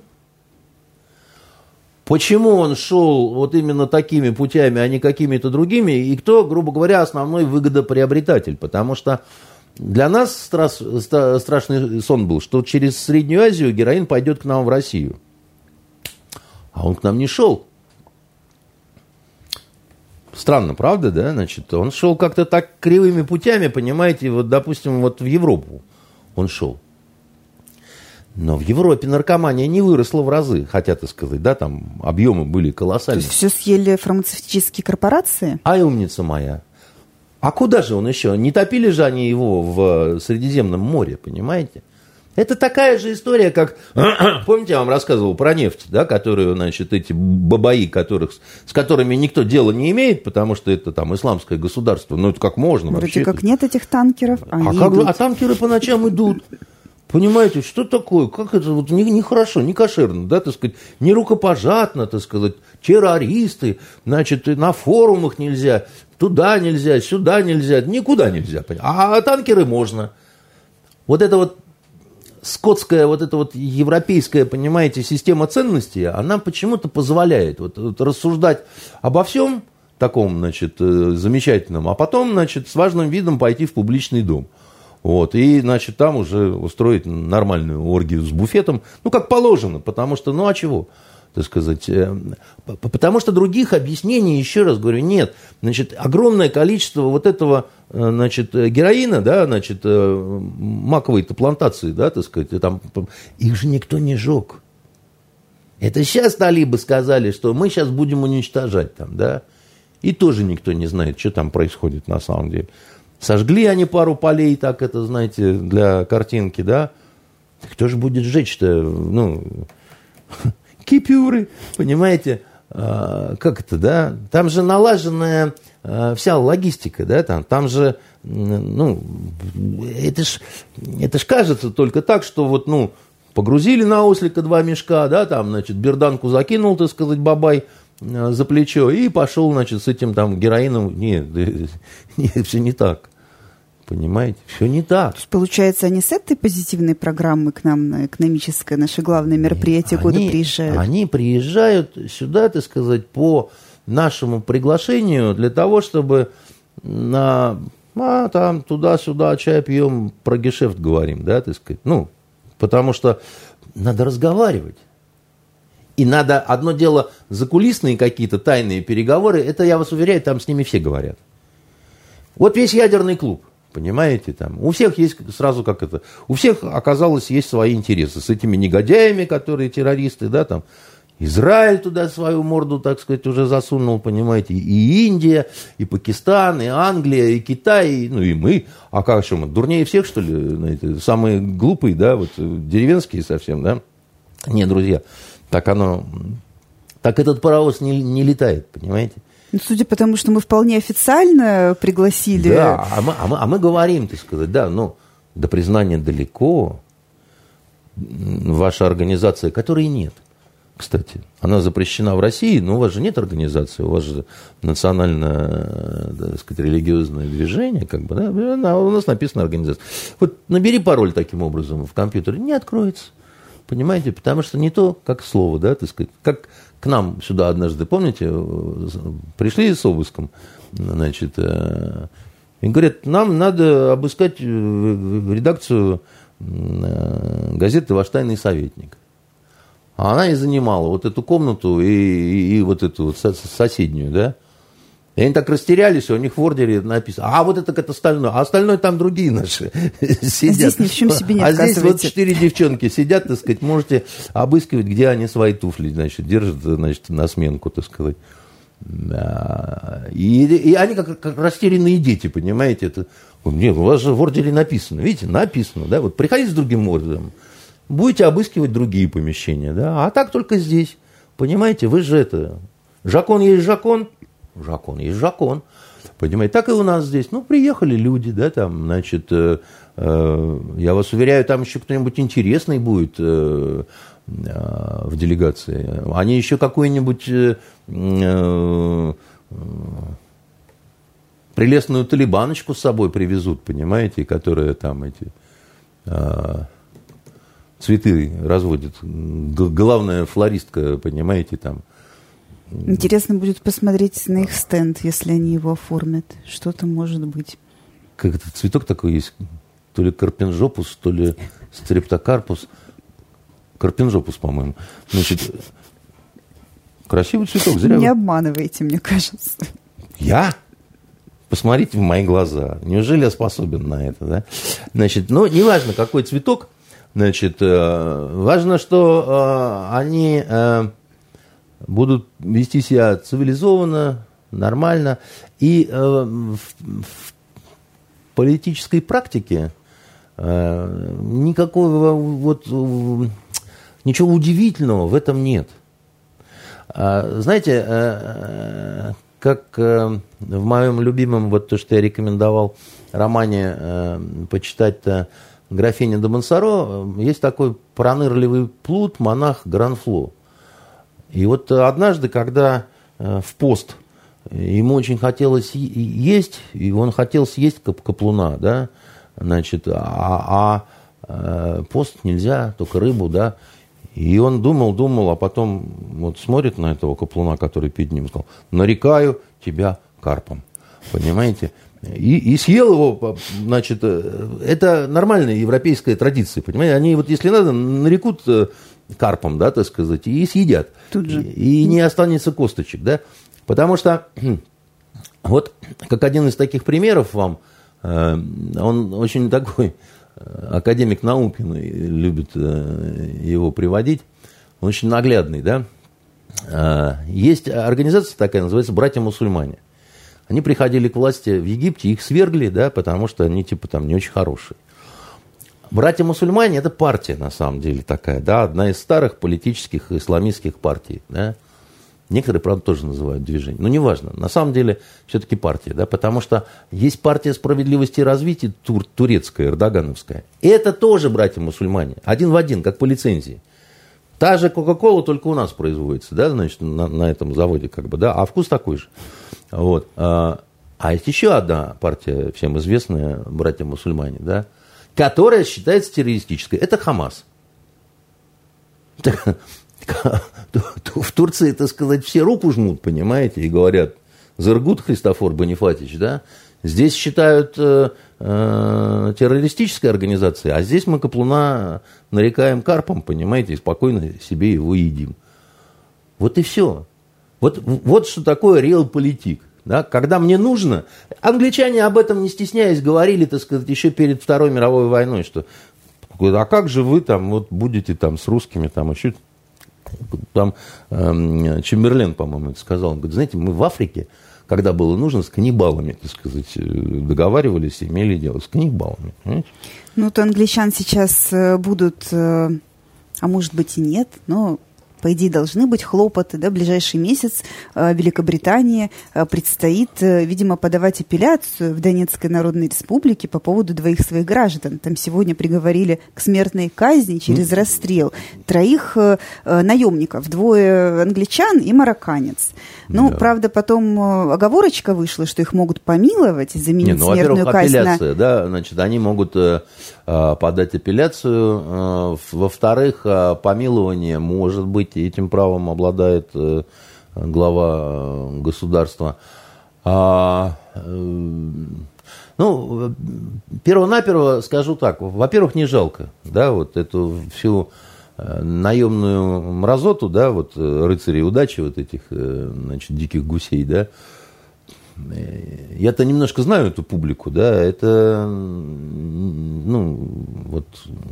Почему он шел вот именно такими путями, а не какими-то другими? И кто, грубо говоря, основной выгодоприобретатель? Потому что для нас страс, ста, страшный сон был, что через Среднюю Азию героин пойдет к нам в Россию. А он к нам не шел. Странно, правда, да? Значит, он шел как-то так кривыми путями, понимаете, вот, допустим, вот в Европу он шел. Но в Европе наркомания не выросла в разы, хотят сказать, да, там объемы были колоссальные. То есть все съели фармацевтические корпорации? Ай, умница моя. А куда же он еще? Не топили же они его в Средиземном море, понимаете? Это такая же история, как, помните, я вам рассказывал про нефть, да, которую, значит, эти бабаи, которых, с которыми никто дела не имеет, потому что это там исламское государство, ну это как можно Вроде вообще? как нет этих танкеров, а, а, как, а танкеры по ночам идут. Понимаете, что такое? Как это вот нехорошо, не, не кошерно, да, так сказать, не рукопожатно, так сказать, террористы, значит, на форумах нельзя, туда нельзя, сюда нельзя, никуда нельзя, а танкеры можно. Вот это вот скотская, вот эта вот европейская, понимаете, система ценностей, она почему-то позволяет вот, вот рассуждать обо всем таком, значит, замечательном, а потом, значит, с важным видом пойти в публичный дом. Вот, и, значит, там уже устроить нормальную оргию с буфетом, ну, как положено, потому что, ну, а чего, так сказать, потому что других объяснений, еще раз говорю, нет. Значит, огромное количество вот этого, значит, героина, да, значит, маковой-то плантации, да, так сказать, там, их же никто не жег. Это сейчас талибы сказали, что мы сейчас будем уничтожать там, да, и тоже никто не знает, что там происходит на самом деле. Сожгли они пару полей, так это, знаете, для картинки, да? Кто же будет сжечь-то, ну, кипюры, понимаете? А, как это, да? Там же налаженная а, вся логистика, да? Там, там же, ну, это ж, это ж кажется только так, что вот, ну, погрузили на ослика два мешка, да, там, значит, берданку закинул, так сказать, бабай за плечо и пошел, значит, с этим там героином. Нет, нет, все не так. Понимаете? Все не так. То есть, получается, они с этой позитивной программы к нам на экономическое, наше главное мероприятие года приезжают? Они приезжают сюда, так сказать, по нашему приглашению для того, чтобы на, а, там, туда-сюда чай пьем, про гешефт говорим, да, так сказать. Ну, потому что надо разговаривать. И надо, одно дело, закулисные какие-то тайные переговоры, это, я вас уверяю, там с ними все говорят. Вот весь ядерный клуб, понимаете, там, у всех есть сразу как это, у всех, оказалось, есть свои интересы с этими негодяями, которые террористы, да, там, Израиль туда свою морду, так сказать, уже засунул, понимаете, и Индия, и Пакистан, и Англия, и Китай, и, ну, и мы, а как, что мы, дурнее всех, что ли, знаете, самые глупые, да, вот, деревенские совсем, да, не, друзья, так оно, так этот паровоз не, не летает, понимаете. Ну, судя по тому, что мы вполне официально пригласили... Да, а мы, а мы, а мы говорим, так сказать, да, но до признания далеко. Ваша организация, которой нет, кстати, она запрещена в России, но у вас же нет организации, у вас же национальное, так сказать, религиозное движение, как бы, да, у нас написана организация. Вот набери пароль таким образом в компьютере, не откроется. Понимаете, потому что не то, как слово, да, так сказать, как к нам сюда однажды, помните, пришли с обыском, значит, и говорят, нам надо обыскать редакцию газеты «Ваш тайный советник». А она и занимала вот эту комнату и, и, и вот эту вот соседнюю, да. И они так растерялись, у них в ордере написано, а вот это как остальное, а остальное там другие наши сидят. А здесь ни в чем себе не А здесь отказываете. вот четыре девчонки сидят, так сказать, можете обыскивать, где они свои туфли, значит, держат, значит, на сменку, так сказать. И, и они как, как растерянные дети, понимаете, это, нет, у вас же в ордере написано, видите, написано, да, вот приходите с другим ордером, будете обыскивать другие помещения, да, а так только здесь, понимаете, вы же это, жакон есть жакон, жакон есть жакон, понимаете, так и у нас здесь, ну, приехали люди, да, там, значит, э, э, я вас уверяю, там еще кто-нибудь интересный будет э, э, в делегации, они еще какую-нибудь э, э, прелестную талибаночку с собой привезут, понимаете, которая там эти... Э, цветы разводит. Главная флористка, понимаете, там. Интересно будет посмотреть на их стенд, если они его оформят. Что-то может быть. Как это, цветок такой есть, то ли карпинжопус, то ли стрептокарпус. Карпинжопус, по-моему. Значит, красивый цветок, зря Не вы... обманывайте, мне кажется. Я? Посмотрите в мои глаза. Неужели я способен на это, да? Значит, ну, неважно, какой цветок, значит, э, важно, что э, они э, будут вести себя цивилизованно, нормально. И э, в, в политической практике э, никакого вот, э, ничего удивительного в этом нет. А, знаете, э, как э, в моем любимом, вот то, что я рекомендовал, романе э, почитать-то «Графиня де Монсоро», есть такой пронырливый плут, монах Гранфло. И вот однажды, когда э, в пост ему очень хотелось есть, и он хотел съесть каплуна, да, значит, а, а пост нельзя, только рыбу, да, и он думал, думал, а потом вот смотрит на этого каплуна, который перед ним, сказал: нарекаю тебя карпом, понимаете, и, и съел его, значит, это нормальная европейская традиция, понимаете, они вот если надо нарекут карпом, да, так сказать, и съедят, тут же. И, и не останется косточек, да. Потому что, вот, как один из таких примеров вам, он очень такой, академик Наукин любит его приводить, он очень наглядный, да. Есть организация такая, называется «Братья-мусульмане». Они приходили к власти в Египте, их свергли, да, потому что они, типа, там не очень хорошие. «Братья-мусульмане» – это партия, на самом деле, такая, да, одна из старых политических исламистских партий, да. Некоторые, правда, тоже называют движение. Но неважно. На самом деле, все-таки партия. Да? Потому что есть партия справедливости и развития тур, турецкая, эрдогановская. И это тоже братья-мусульмане. Один в один, как по лицензии. Та же Кока-Кола только у нас производится, да, значит, на, на этом заводе. Как бы, да? А вкус такой же. Вот. А, а есть еще одна партия, всем известная, братья-мусульмане, да, которая считается террористической. Это Хамас. В Турции, так сказать, все руку жмут, понимаете, и говорят: Зыргут Христофор Бонифатич, да? Здесь считают э, э, террористической организацией, а здесь мы каплуна нарекаем карпом, понимаете, и спокойно себе его едим. Вот и все. Вот, вот что такое реал-политик. Да? Когда мне нужно... Англичане об этом, не стесняясь, говорили, так сказать, еще перед Второй мировой войной, что а как же вы там вот будете там с русскими там еще... Там э, Чемберлен, по-моему, это сказал. Он говорит: знаете, мы в Африке, когда было нужно, с каннибалами, так сказать, договаривались, имели дело с каннибалами. Понимаете? Ну, то англичан сейчас будут, а может быть и нет, но... По идее, должны быть хлопоты. Да? В ближайший месяц Великобритании предстоит, видимо, подавать апелляцию в Донецкой Народной Республике по поводу двоих своих граждан. Там сегодня приговорили к смертной казни через расстрел троих наемников. Двое англичан и марокканец. Ну, да. Правда, потом оговорочка вышла, что их могут помиловать и заменить Не, ну, смертную казнь. Апелляция, на... да, значит, они могут э, подать апелляцию. Э, во-вторых, э, помилование может быть, и этим правом обладает э, глава государства. А, э, ну, перво-наперво скажу так. Во-первых, не жалко, да, вот эту всю наемную мразоту, да, вот рыцарей удачи, вот этих, значит, диких гусей, да. Я-то немножко знаю эту публику, да, это, ну, вот,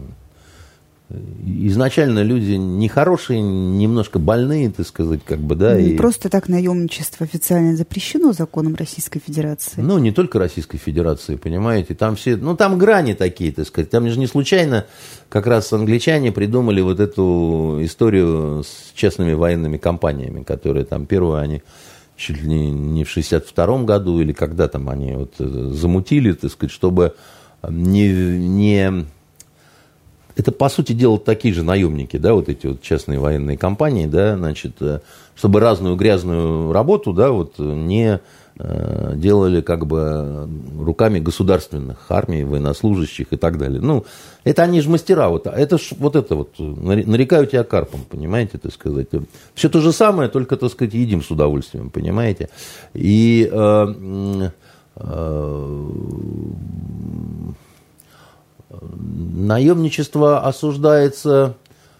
изначально люди нехорошие, немножко больные, так сказать, как бы, да. Не и... просто так наемничество официально запрещено законом Российской Федерации. Ну, не только Российской Федерации, понимаете, там все, ну, там грани такие, так сказать, там же не случайно как раз англичане придумали вот эту историю с частными военными компаниями, которые там первые они чуть ли не в шестьдесят втором году или когда там они вот замутили, так сказать, чтобы не... не... Это, по сути дела, такие же наемники, да, вот эти вот частные военные компании, да, значит, чтобы разную грязную работу, да, вот не э, делали как бы руками государственных армий, военнослужащих и так далее. Ну, это они же мастера, вот, это ж, вот это вот, нарекаю тебя карпом, понимаете, так сказать. Все то же самое, только, так сказать, едим с удовольствием, понимаете. И... Э, э, наемничество осуждается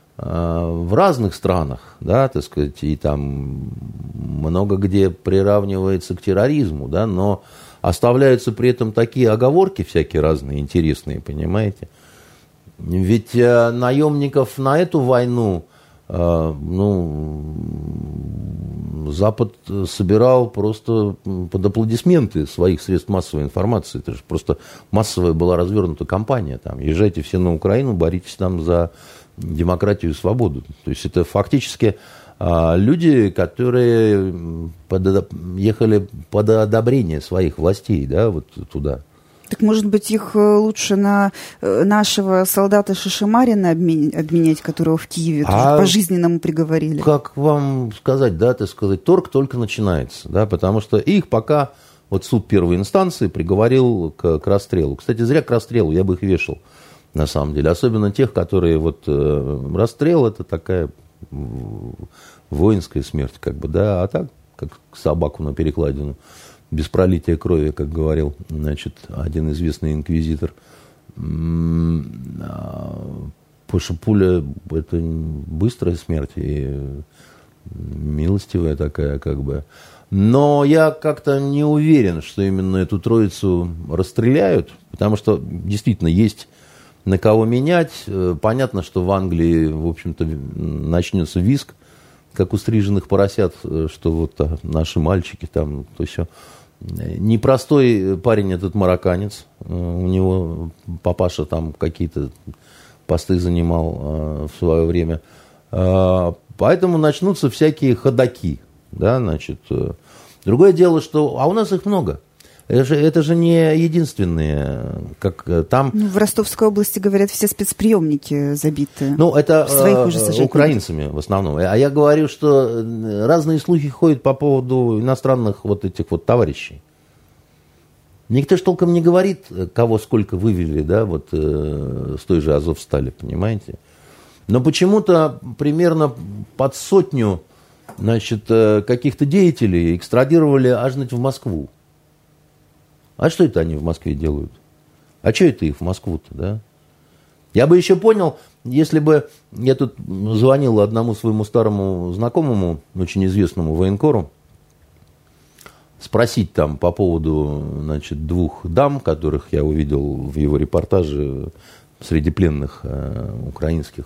в разных странах, да, так сказать, и там много где приравнивается к терроризму, да, но оставляются при этом такие оговорки всякие разные, интересные, понимаете. Ведь наемников на эту войну, ну, Запад собирал просто под аплодисменты своих средств массовой информации. Это же просто массовая была развернута кампания. Там, езжайте все на Украину, боритесь там за демократию и свободу. То есть это фактически а, люди, которые под, ехали под одобрение своих властей, да, вот туда. Так, может быть, их лучше на нашего солдата Шишимарина обменять, которого в Киеве а пожизненному приговорили? Как вам сказать, да, так сказать, торг только начинается, да, потому что их пока вот суд первой инстанции приговорил к, к расстрелу. Кстати, зря к расстрелу, я бы их вешал, на самом деле. Особенно тех, которые вот расстрел, это такая воинская смерть, как бы, да, а так, как собаку на перекладину. Без пролития крови, как говорил, значит, один известный инквизитор. Потому что пуля – это быстрая смерть и милостивая такая, как бы. Но я как-то не уверен, что именно эту троицу расстреляют, потому что действительно есть на кого менять. Понятно, что в Англии, в общем-то, начнется визг, как у стриженных поросят, что вот наши мальчики там, то все. Непростой парень этот марокканец. У него папаша там какие-то посты занимал в свое время. Поэтому начнутся всякие ходаки. Да, значит. Другое дело, что... А у нас их много. Это же, это же не единственные, как там... Ну, в Ростовской области, говорят, все спецприемники забиты. Ну, это э, украинцами в основном. А я говорю, что разные слухи ходят по поводу иностранных вот этих вот товарищей. Никто же толком не говорит, кого сколько вывели, да, вот э, с той же Азовстали, понимаете. Но почему-то примерно под сотню, значит, каких-то деятелей экстрадировали аж в Москву. А что это они в Москве делают? А что это их в Москву-то, да? Я бы еще понял, если бы я тут звонил одному своему старому знакомому, очень известному военкору, спросить там по поводу, значит, двух дам, которых я увидел в его репортаже среди пленных э, украинских.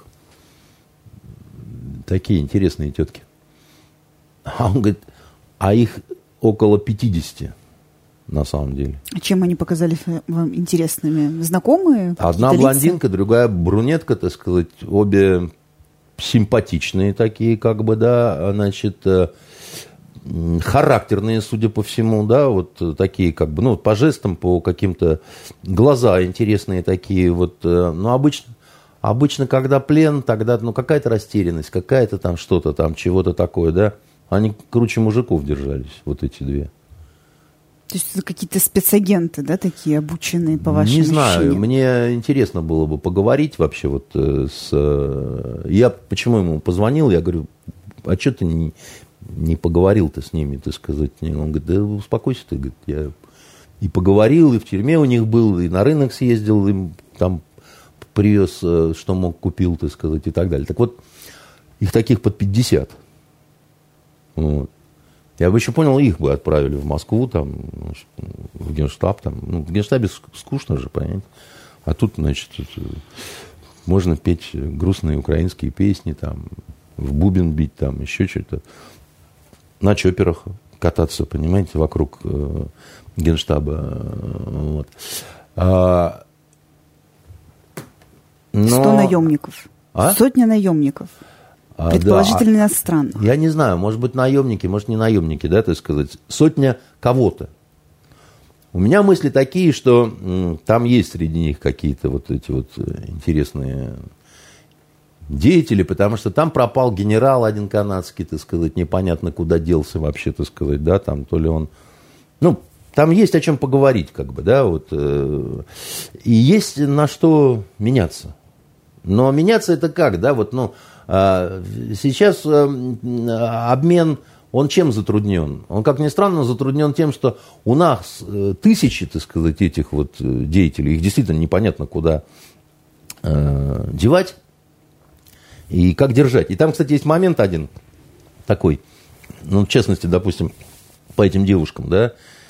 Такие интересные тетки. А он говорит, а их около пятидесяти. На самом деле. А чем они показались вам интересными? Знакомые? Одна блондинка, другая брюнетка, так сказать, обе симпатичные такие, как бы, да, значит, характерные, судя по всему, да, вот такие, как бы, ну, по жестам, по каким-то, глаза интересные такие, вот, ну, обычно, обычно, когда плен, тогда, ну, какая-то растерянность, какая-то там что-то там, чего-то такое, да, они круче мужиков держались, вот эти две. То есть это какие-то спецагенты, да, такие обученные, по вашим ощущениям? Не знаю, мне интересно было бы поговорить вообще вот с... Я почему ему позвонил, я говорю, а что ты не, не поговорил-то с ними, так сказать? Он говорит, да успокойся ты, говорит, я и поговорил, и в тюрьме у них был, и на рынок съездил, им там привез, что мог, купил, так сказать, и так далее. Так вот, их таких под пятьдесят. Вот. Я бы еще понял, их бы отправили в Москву, там, в Генштаб. Там. Ну, в Генштабе скучно же, понимаете. А тут, значит, можно петь грустные украинские песни, там, в бубен бить, там, еще что-то. На чоперах кататься, понимаете, вокруг э, Генштаба. Вот. А, но... Сто наемников. А? Сотня наемников. Предположительно, да. иностранных. Я не знаю, может быть, наемники, может, не наемники, да, так сказать. Сотня кого-то. У меня мысли такие, что м, там есть среди них какие-то вот эти вот интересные деятели, потому что там пропал генерал один канадский, так сказать, непонятно куда делся вообще, так сказать, да, там то ли он... Ну, там есть о чем поговорить, как бы, да, вот. Э, и есть на что меняться. Но меняться это как, да, вот, ну... Сейчас обмен, он чем затруднен? Он, как ни странно, затруднен тем, что у нас тысячи, так сказать, этих вот деятелей, их действительно непонятно куда э, девать и как держать. И там, кстати, есть момент один такой, ну, в частности, допустим, по этим девушкам, да,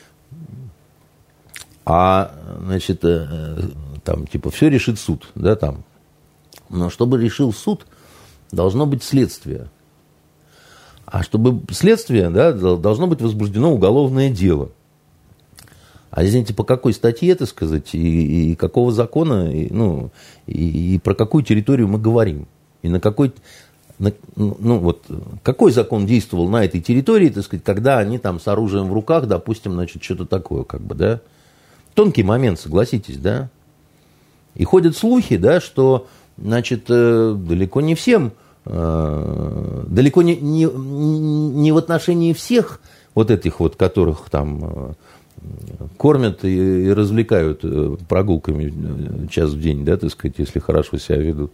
а, значит, э, там, типа, все решит суд, да, там. Но чтобы решил суд, должно быть следствие. А чтобы следствие, да, должно быть возбуждено уголовное дело. А извините, по какой статье, так сказать, и, и какого закона, и, ну, и, и про какую территорию мы говорим? И на какой, на, ну, вот, какой закон действовал на этой территории, так сказать, когда они там с оружием в руках, допустим, значит, что-то такое, как бы, да? Тонкий момент, согласитесь, да? И ходят слухи, да, что, значит, далеко не всем, далеко не, не, не в отношении всех вот этих вот, которых там кормят и развлекают прогулками час в день, да, так сказать, если хорошо себя ведут.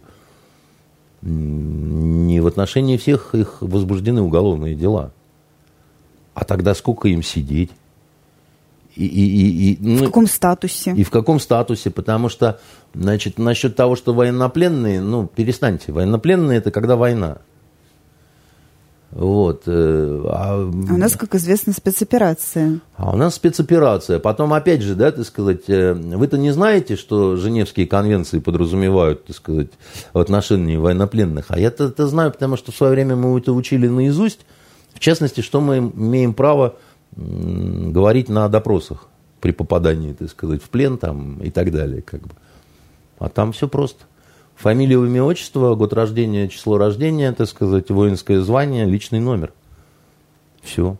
Не в отношении всех их возбуждены уголовные дела. А тогда сколько им сидеть? И, и, и, и, ну, в каком статусе? И в каком статусе, потому что, значит, насчет того, что военнопленные, ну, перестаньте, военнопленные – это когда война. Вот. А, а у нас, как известно, спецоперация. А у нас спецоперация. Потом, опять же, да, так сказать, вы-то не знаете, что Женевские конвенции подразумевают, так сказать, в отношении военнопленных. А я-то это знаю, потому что в свое время мы это учили наизусть. В частности, что мы имеем право говорить на допросах при попадании, так сказать, в плен там, и так далее. Как бы. А там все просто. Фамилия, имя, отчество, год рождения, число рождения, так сказать, воинское звание, личный номер. Все.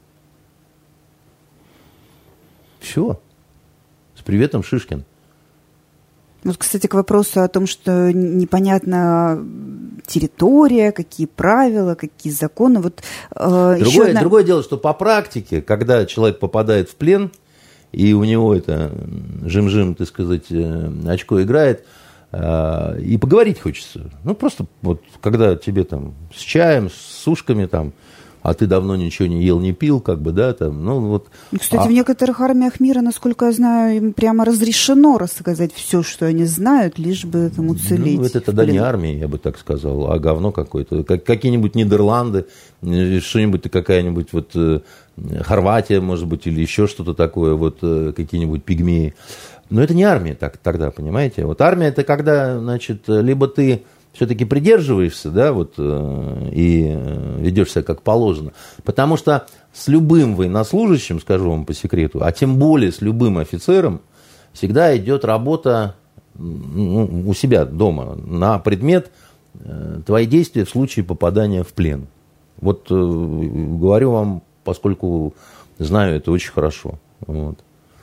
Все. С приветом, Шишкин. Вот, кстати, к вопросу о том, что непонятна территория, какие правила, какие законы. Вот, э, другое, одна... другое дело, что по практике, когда человек попадает в плен, и у него это жим-жим, так сказать, очко играет, э, и поговорить хочется. Ну, просто вот когда тебе там с чаем, с сушками там, а ты давно ничего не ел, не пил, как бы, да, там, ну, вот. Кстати, а... в некоторых армиях мира, насколько я знаю, им прямо разрешено рассказать все, что они знают, лишь бы там уцелеть. Ну, это тогда не армия, я бы так сказал, а говно какое-то. Как, какие-нибудь Нидерланды, что-нибудь, какая-нибудь вот Хорватия, может быть, или еще что-то такое, вот какие-нибудь пигмеи. Но это не армия так, тогда, понимаете? Вот армия – это когда, значит, либо ты все-таки придерживаешься, да, вот, э, и ведешь себя как положено. Потому что с любым военнослужащим, скажу вам по секрету, а тем более с любым офицером, всегда идет работа ну, у себя дома на предмет э, твои действия в случае попадания в плен. Вот э, говорю вам, поскольку знаю это очень хорошо. Вот.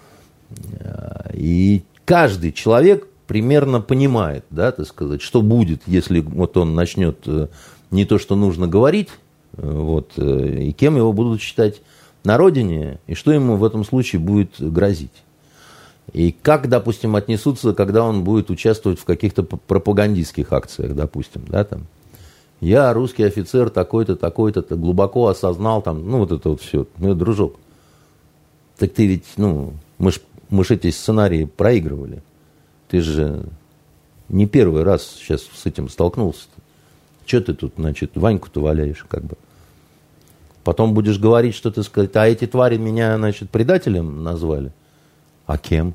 И каждый человек примерно понимает, да, так сказать, что будет, если вот он начнет не то, что нужно говорить, вот, и кем его будут считать на родине, и что ему в этом случае будет грозить. И как, допустим, отнесутся, когда он будет участвовать в каких-то пропагандистских акциях, допустим, да, там. Я, русский офицер, такой-то, такой-то, глубоко осознал, там, ну, вот это вот все. Ну, дружок, так ты ведь, ну, мы ж, мы ж эти сценарии проигрывали. Ты же не первый раз сейчас с этим столкнулся. Че ты тут, значит, Ваньку-то валяешь, как бы. Потом будешь говорить, что ты сказать, а эти твари меня, значит, предателем назвали. А кем?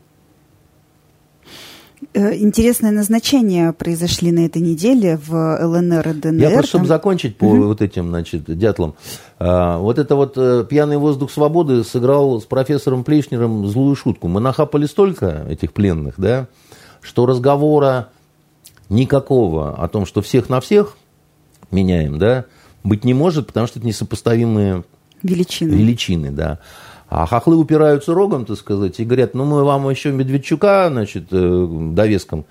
Интересное назначение произошли на этой неделе в ЛНР и ДНР. Я просто, чтобы закончить по угу. вот этим, значит, дятлам. А, вот это вот «Пьяный воздух свободы» сыграл с профессором Плешнером злую шутку. Мы нахапали столько этих пленных, да, что разговора никакого о том, что всех на всех меняем, да, быть не может, потому что это несопоставимые величины. величины, да. А хохлы упираются рогом, так сказать, и говорят, ну, мы вам еще Медведчука, значит, довеском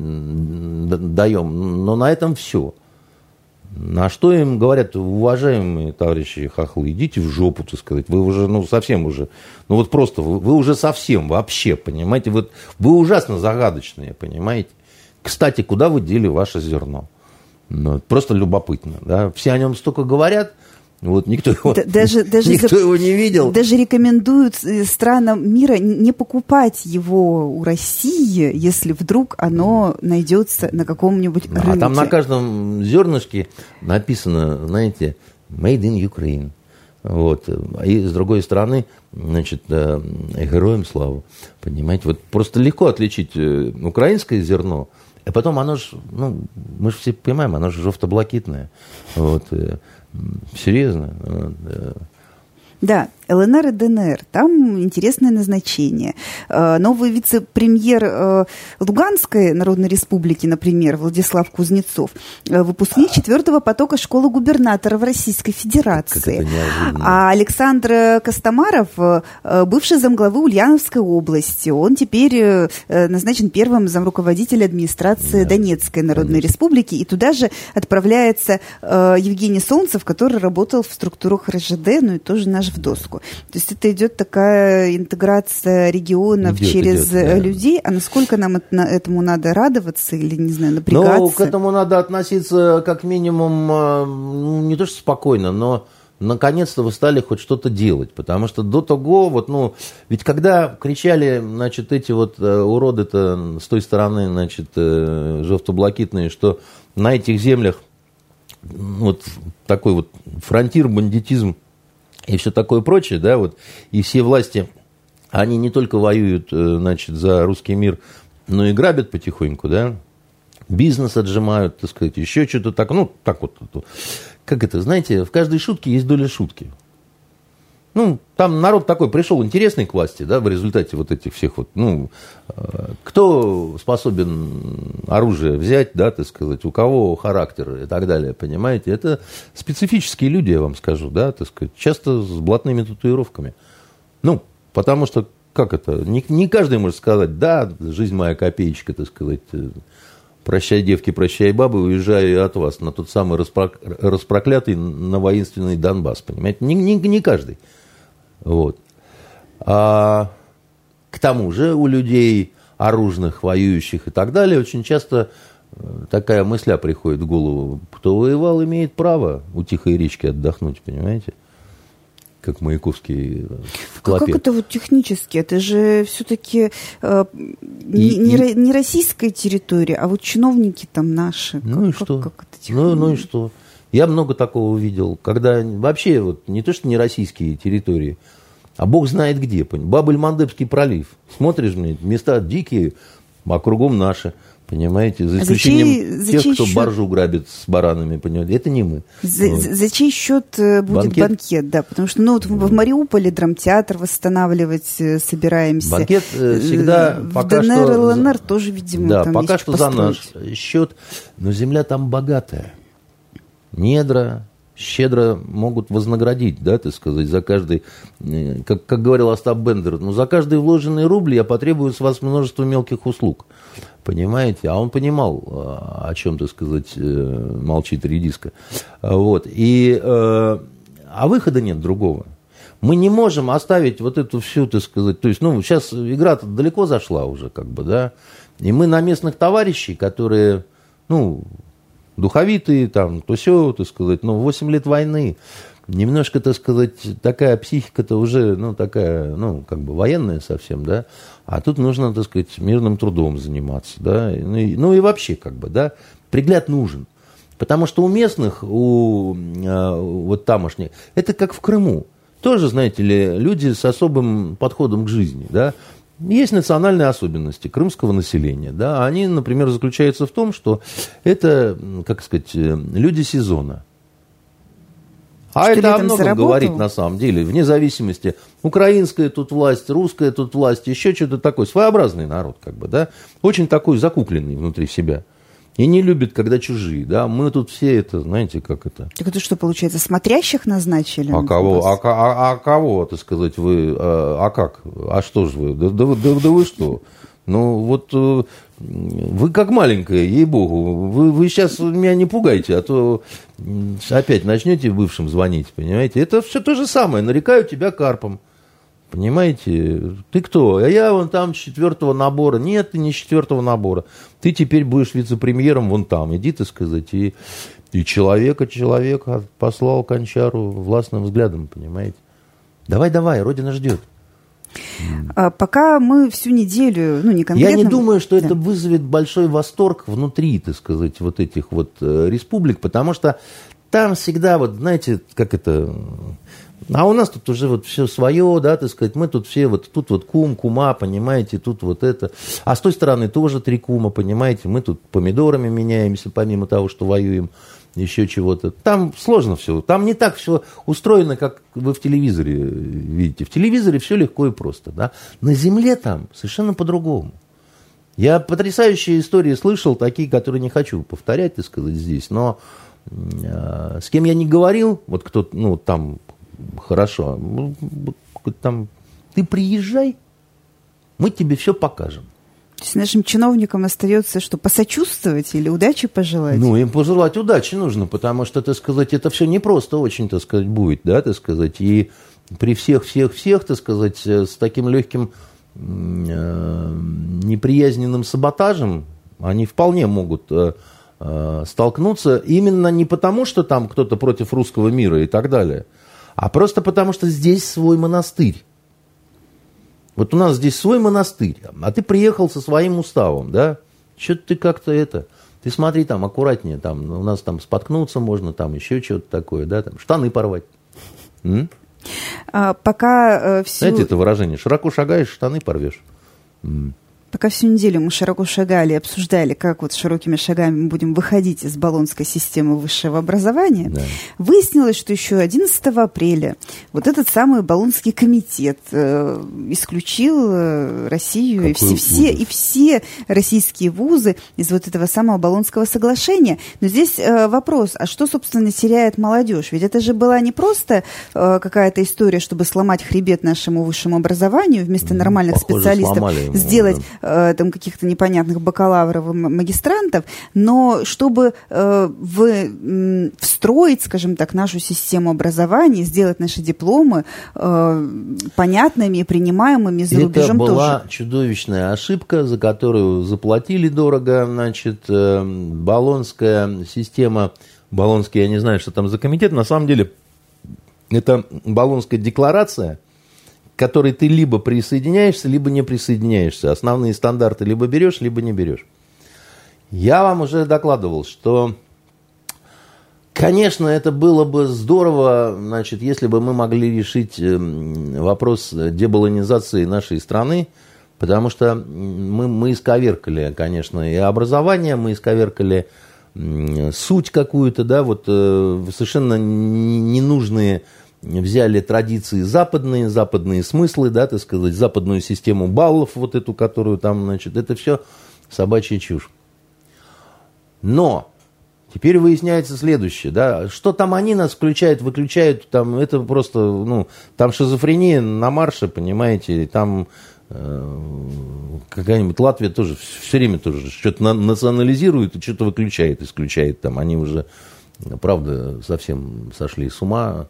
даем, но на этом все. На что им говорят, уважаемые товарищи хохлы, идите в жопу, так сказать, вы уже, ну, совсем уже, ну, вот просто, вы, вы уже совсем вообще, понимаете, вот вы ужасно загадочные, понимаете. Кстати, куда вы дели ваше зерно? Ну, просто любопытно, да, все о нем столько говорят, Вот никто его, даже, даже никто за... его не видел. Даже рекомендуют странам мира не покупать его у России, если вдруг оно найдется на каком-нибудь рынке. А там на каждом зернышке написано, знаете, «Made in Ukraine». Вот. И с другой стороны, значит, героям славу. Понимаете, вот просто легко отличить украинское зерно, а потом оно же, ну, мы же все понимаем, оно же жовто-блакитное. Вот. Серьезно. Да, ЛНР и ДНР. Там интересное назначение. Новый вице-премьер Луганской Народной Республики, например, Владислав Кузнецов, выпускник четвертого потока школы губернаторов Российской Федерации. А Александр Костомаров, бывший замглавы Ульяновской области, он теперь назначен первым замруководителя администрации да. Донецкой Народной Конечно. Республики. И туда же отправляется Евгений Солнцев, который работал в структурах РЖД, ну и тоже наш в доску. То есть это идет такая интеграция регионов идет, через идет, да. людей. А насколько нам это, этому надо радоваться или, не знаю, напрягаться? Ну, к этому надо относиться как минимум, ну, не то что спокойно, но наконец-то вы стали хоть что-то делать. Потому что до того, вот, ну, ведь когда кричали, значит, эти вот уроды-то с той стороны, значит, жовто-блакитные, что на этих землях вот такой вот фронтир, бандитизм, и все такое прочее, да, вот, и все власти, они не только воюют, значит, за русский мир, но и грабят потихоньку, да, бизнес отжимают, так сказать, еще что-то так, ну, так вот, как это, знаете, в каждой шутке есть доля шутки. Ну, там народ такой пришел интересный к власти, да, в результате вот этих всех вот, ну, кто способен оружие взять, да, так сказать, у кого характер и так далее, понимаете, это специфические люди, я вам скажу, да, так сказать, часто с блатными татуировками. Ну, потому что, как это, не, не каждый может сказать, да, жизнь моя копеечка, так сказать, прощай, девки, прощай, бабы, уезжаю от вас на тот самый распрок... распроклятый, на воинственный Донбасс, понимаете, не, не, не каждый. Вот. А к тому же у людей оружных, воюющих и так далее очень часто такая мысля приходит в голову. Кто воевал, имеет право у тихой речки отдохнуть, понимаете? Как Маяковский в «Клопе». Как это вот технически? Это же все-таки э, не, и, не, не российская территория, а вот чиновники там наши. Ну как, и что? Как, как это ну, ну и что? Я много такого видел, когда вообще вот не то, что не российские территории, а бог знает где. Бабель-Мандебский пролив. Смотришь, мне места дикие, а кругом наши. Понимаете, за исключением а за чей, за тех, кто счет... баржу грабит с баранами, понимаете, это не мы. За, вот. за чей счет будет банкет? банкет, да, потому что ну, вот в Мариуполе драмтеатр восстанавливать собираемся. Банкет всегда в пока ДНР, что... ЛНР тоже, видимо, да, там пока есть что построить. За наш счет, но земля там богатая. Недра щедро могут вознаградить, да, так сказать, за каждый, как, как говорил Остап Бендер, ну, за каждый вложенный рубль я потребую с вас множество мелких услуг, понимаете, а он понимал, о чем, так сказать, молчит редиска, вот, и, а выхода нет другого. Мы не можем оставить вот эту всю, так сказать, то есть, ну, сейчас игра-то далеко зашла уже, как бы, да, и мы на местных товарищей, которые, ну, духовитые, там, то сё, так сказать, ну, восемь лет войны, немножко, так сказать, такая психика-то уже, ну, такая, ну, как бы военная совсем, да, а тут нужно, так сказать, мирным трудом заниматься, да, ну и, ну, и вообще, как бы, да, пригляд нужен, потому что у местных, у а, вот тамошних, это как в Крыму, тоже, знаете ли, люди с особым подходом к жизни, да. Есть национальные особенности крымского населения. Да? Они, например, заключаются в том, что это, как сказать, люди сезона. А что это о многом заработал? Говорит на самом деле, вне зависимости, украинская тут власть, русская тут власть, еще что-то такое. Своеобразный народ, как бы, да? Очень такой закукленный внутри себя. И не любит, когда чужие, да, мы тут все это, знаете, как это. Так это что, получается, смотрящих назначили? А кого, а, а, а кого, так сказать, вы, а, а как, а что же вы, да, да, да, да вы что? Ну, вот вы как маленькая, ей-богу, вы, вы сейчас меня не пугайте, а то опять начнете бывшим звонить, понимаете, это все то же самое, нарекают тебя карпом. Понимаете, ты кто? А я вон там с четвертого набора. Нет, ты не с четвертого набора. Ты теперь будешь вице-премьером вон там. Иди, так сказать, и, И человека человека послал к Анчару властным взглядом, понимаете? Давай, давай, Родина ждет. А пока мы всю неделю, ну, не конкретно... Я не думаю, что да. это вызовет большой восторг внутри, так сказать, вот этих вот республик, потому что там всегда, вот, знаете, как это... А у нас тут уже вот все свое, да, так сказать, мы тут все, вот тут вот кум, кума, понимаете, тут вот это. А с той стороны тоже три кума, понимаете, мы тут помидорами меняемся, помимо того, что воюем, еще чего-то. Там сложно все, там не так все устроено, как вы в телевизоре видите. В телевизоре все легко и просто, да. На земле там совершенно по-другому. Я потрясающие истории слышал, такие, которые не хочу повторять, так сказать, здесь, но э, с кем я не говорил, вот кто, ну, там... Хорошо, там, ты приезжай, мы тебе все покажем. То есть нашим чиновникам остается что, посочувствовать или удачи пожелать? Ну, им пожелать удачи нужно, потому что, так сказать, это все непросто очень, так сказать, будет, да, так сказать, и при всех-всех-всех, так сказать, с таким легким э, неприязненным саботажем они вполне могут э, э, столкнуться именно не потому, что там кто-то против русского мира и так далее, а просто потому, что здесь свой монастырь. Вот у нас здесь свой монастырь, а ты приехал со своим уставом, да? Что-то ты как-то это... Ты смотри там аккуратнее, там, у нас там споткнуться можно, там еще что-то такое, да? Там, штаны порвать. М? А, пока э, всю... Знаете это выражение? Широко шагаешь, штаны порвешь. М. Пока всю неделю мы широко шагали, обсуждали, как вот широкими шагами мы будем выходить из болонской системы высшего образования, да. Выяснилось, что еще одиннадцатого апреля вот этот самый Болонский комитет э, исключил э, Россию и все, все, и все российские вузы из вот этого самого Болонского соглашения. Но здесь э, вопрос, а что, собственно, теряет молодежь? Ведь это же была не просто э, какая-то история, чтобы сломать хребет нашему высшему образованию, вместо нормальных Похоже, специалистов ему, сделать... Да. Там каких-то непонятных бакалавров и магистрантов, но чтобы э, в, э, встроить, скажем так, нашу систему образования, сделать наши дипломы э, понятными и принимаемыми за рубежом тоже. Это была чудовищная ошибка, за которую заплатили дорого, значит, э, Болонская система, Болонский, я не знаю, что там за комитет, на самом деле это Болонская декларация, к которой ты либо присоединяешься, либо не присоединяешься. Основные стандарты либо берешь, либо не берешь. Я вам уже докладывал, что, конечно, это было бы здорово, значит, если бы мы могли решить вопрос деболонизации нашей страны, потому что мы, мы исковеркали, конечно, и образование, мы исковеркали суть какую-то, да, вот совершенно ненужные... Взяли традиции западные, западные смыслы, да, так сказать, западную систему баллов, вот эту, которую там, значит, это все собачья чушь. Но теперь выясняется следующее, да, что там они нас включают, выключают, там, это просто, ну, там шизофрения на марше, понимаете, там э, какая-нибудь Латвия тоже все время тоже что-то на, национализирует и что-то выключает, исключает, там, они уже, правда, совсем сошли с ума.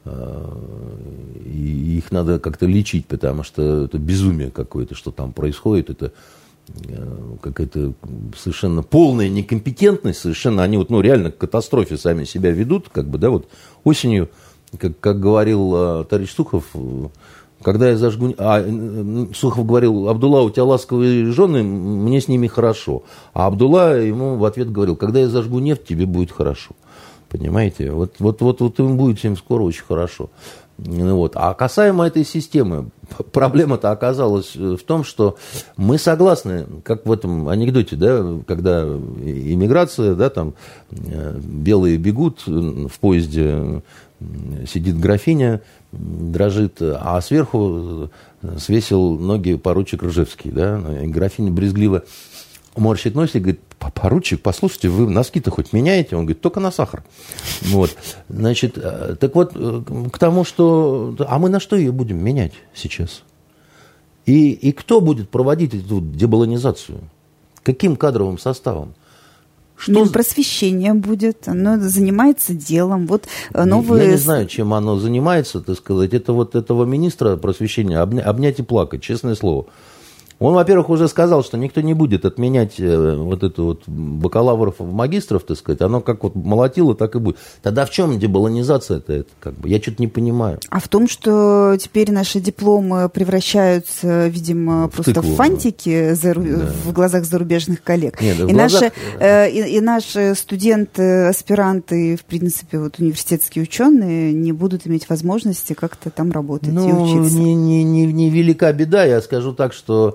И их надо как-то лечить, потому что это безумие какое-то, что там происходит, это какая-то совершенно полная некомпетентность, совершенно они вот, ну, реально к катастрофе сами себя ведут, как бы, да, вот осенью, как, как говорил товарищ Сухов, когда я зажгу... А, Сухов говорил: Абдулла, у тебя ласковые жены, мне с ними хорошо. А Абдулла ему в ответ говорил: когда я зажгу нефть, тебе будет хорошо. Понимаете? Вот, вот, вот, вот им будет всем скоро очень хорошо. Вот. А касаемо этой системы, проблема-то оказалась в том, что мы согласны, как в этом анекдоте, да, когда иммиграция, да, там белые бегут, в поезде сидит графиня, дрожит, а сверху свесил ноги поручик Ржевский, да, и графиня брезгливо морщит нос и говорит: поручик, послушайте, вы носки-то хоть меняете? Он говорит: только на сахар. Вот. Значит, так вот, к тому, что... А мы на что ее будем менять сейчас? И, и кто будет проводить эту деболонизацию? Каким кадровым составом? Что... Минпросвещение будет, оно занимается делом. Вот новые... Я не знаю, чем оно занимается, так сказать. Это вот этого министра просвещения обня... обнять и плакать, честное слово. Он, во-первых, уже сказал, что никто не будет отменять вот это вот бакалавров, магистров, так сказать. Оно как вот молотило, так и будет. Тогда в чем дебалонизация-то это? Как бы? Я что-то не понимаю. А в том, что теперь наши дипломы превращаются, видимо, в просто тыкву, в фантики за, да. в глазах зарубежных коллег. Нет, и, глазах... наши, э, и, и наши студенты, аспиранты, в принципе, вот университетские ученые не будут иметь возможности как-то там работать ну, и учиться. Не, не, не, не велика беда, я скажу так, что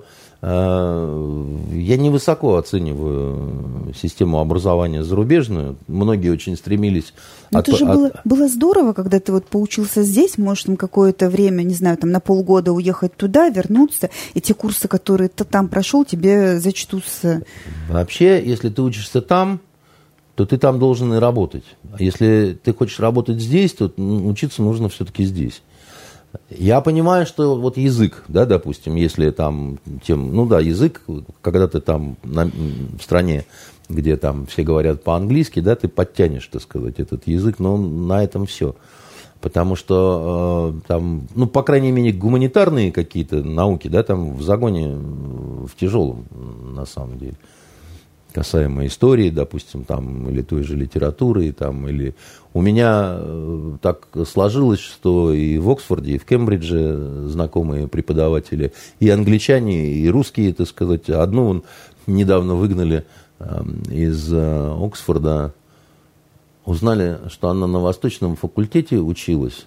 я невысоко оцениваю систему образования зарубежную. Многие очень стремились... Но от, это же от... было, было здорово, когда ты вот поучился здесь, можешь там какое-то время, не знаю, там на полгода уехать туда, вернуться, и те курсы, которые ты там прошел, тебе зачтутся. Вообще, если ты учишься там, то ты там должен и работать. А если ты хочешь работать здесь, то учиться нужно все-таки здесь. Я понимаю, что вот язык, да, допустим, если там, тем, ну да, язык, когда ты там на, в стране, где там все говорят по-английски, да, ты подтянешь, так сказать, этот язык, но на этом все. Потому что э, там, ну, по крайней мере, гуманитарные какие-то науки, да, там в загоне в тяжелом, на самом деле. Касаемо истории, допустим, там, или той же литературы, там, или... У меня так сложилось, что и в Оксфорде, и в Кембридже знакомые преподаватели, и англичане, и русские, так сказать. Одну вон недавно выгнали из Оксфорда, узнали, что она на Восточном факультете училась,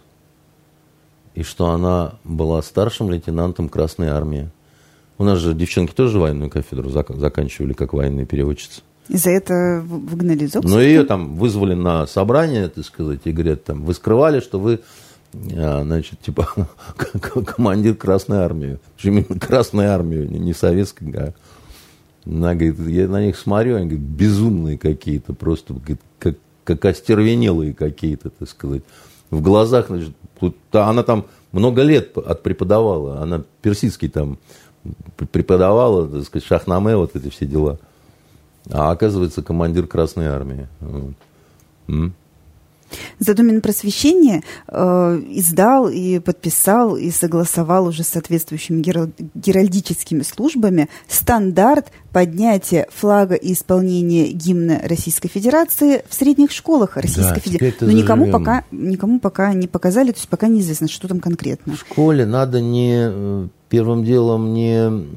и что она была старшим лейтенантом Красной Армии. У нас же девчонки тоже военную кафедру заканчивали как военные переводчицы. И за это выгнали из Оксфорда? Но ее там вызвали на собрание, так сказать, и говорят, там, вы скрывали, что вы, значит, типа, командир Красной Армии. Именно Красной Армии, не советской. А... Она говорит, я на них смотрю, они говорят, безумные какие-то, просто как, как остервенелые какие-то, так сказать. В глазах, значит, она там много лет отпреподавала, она персидский там преподавала, так сказать, шахнаме, вот эти все дела. А оказывается, командир Красной Армии. Вот. М? Зато Минпросвещение э, издал и подписал и согласовал уже с соответствующими геральдическими службами стандарт поднятия флага и исполнения гимна Российской Федерации в средних школах Российской да, Федерации. Но никому пока, никому пока не показали, то есть пока неизвестно, что там конкретно. В школе надо не первым делом не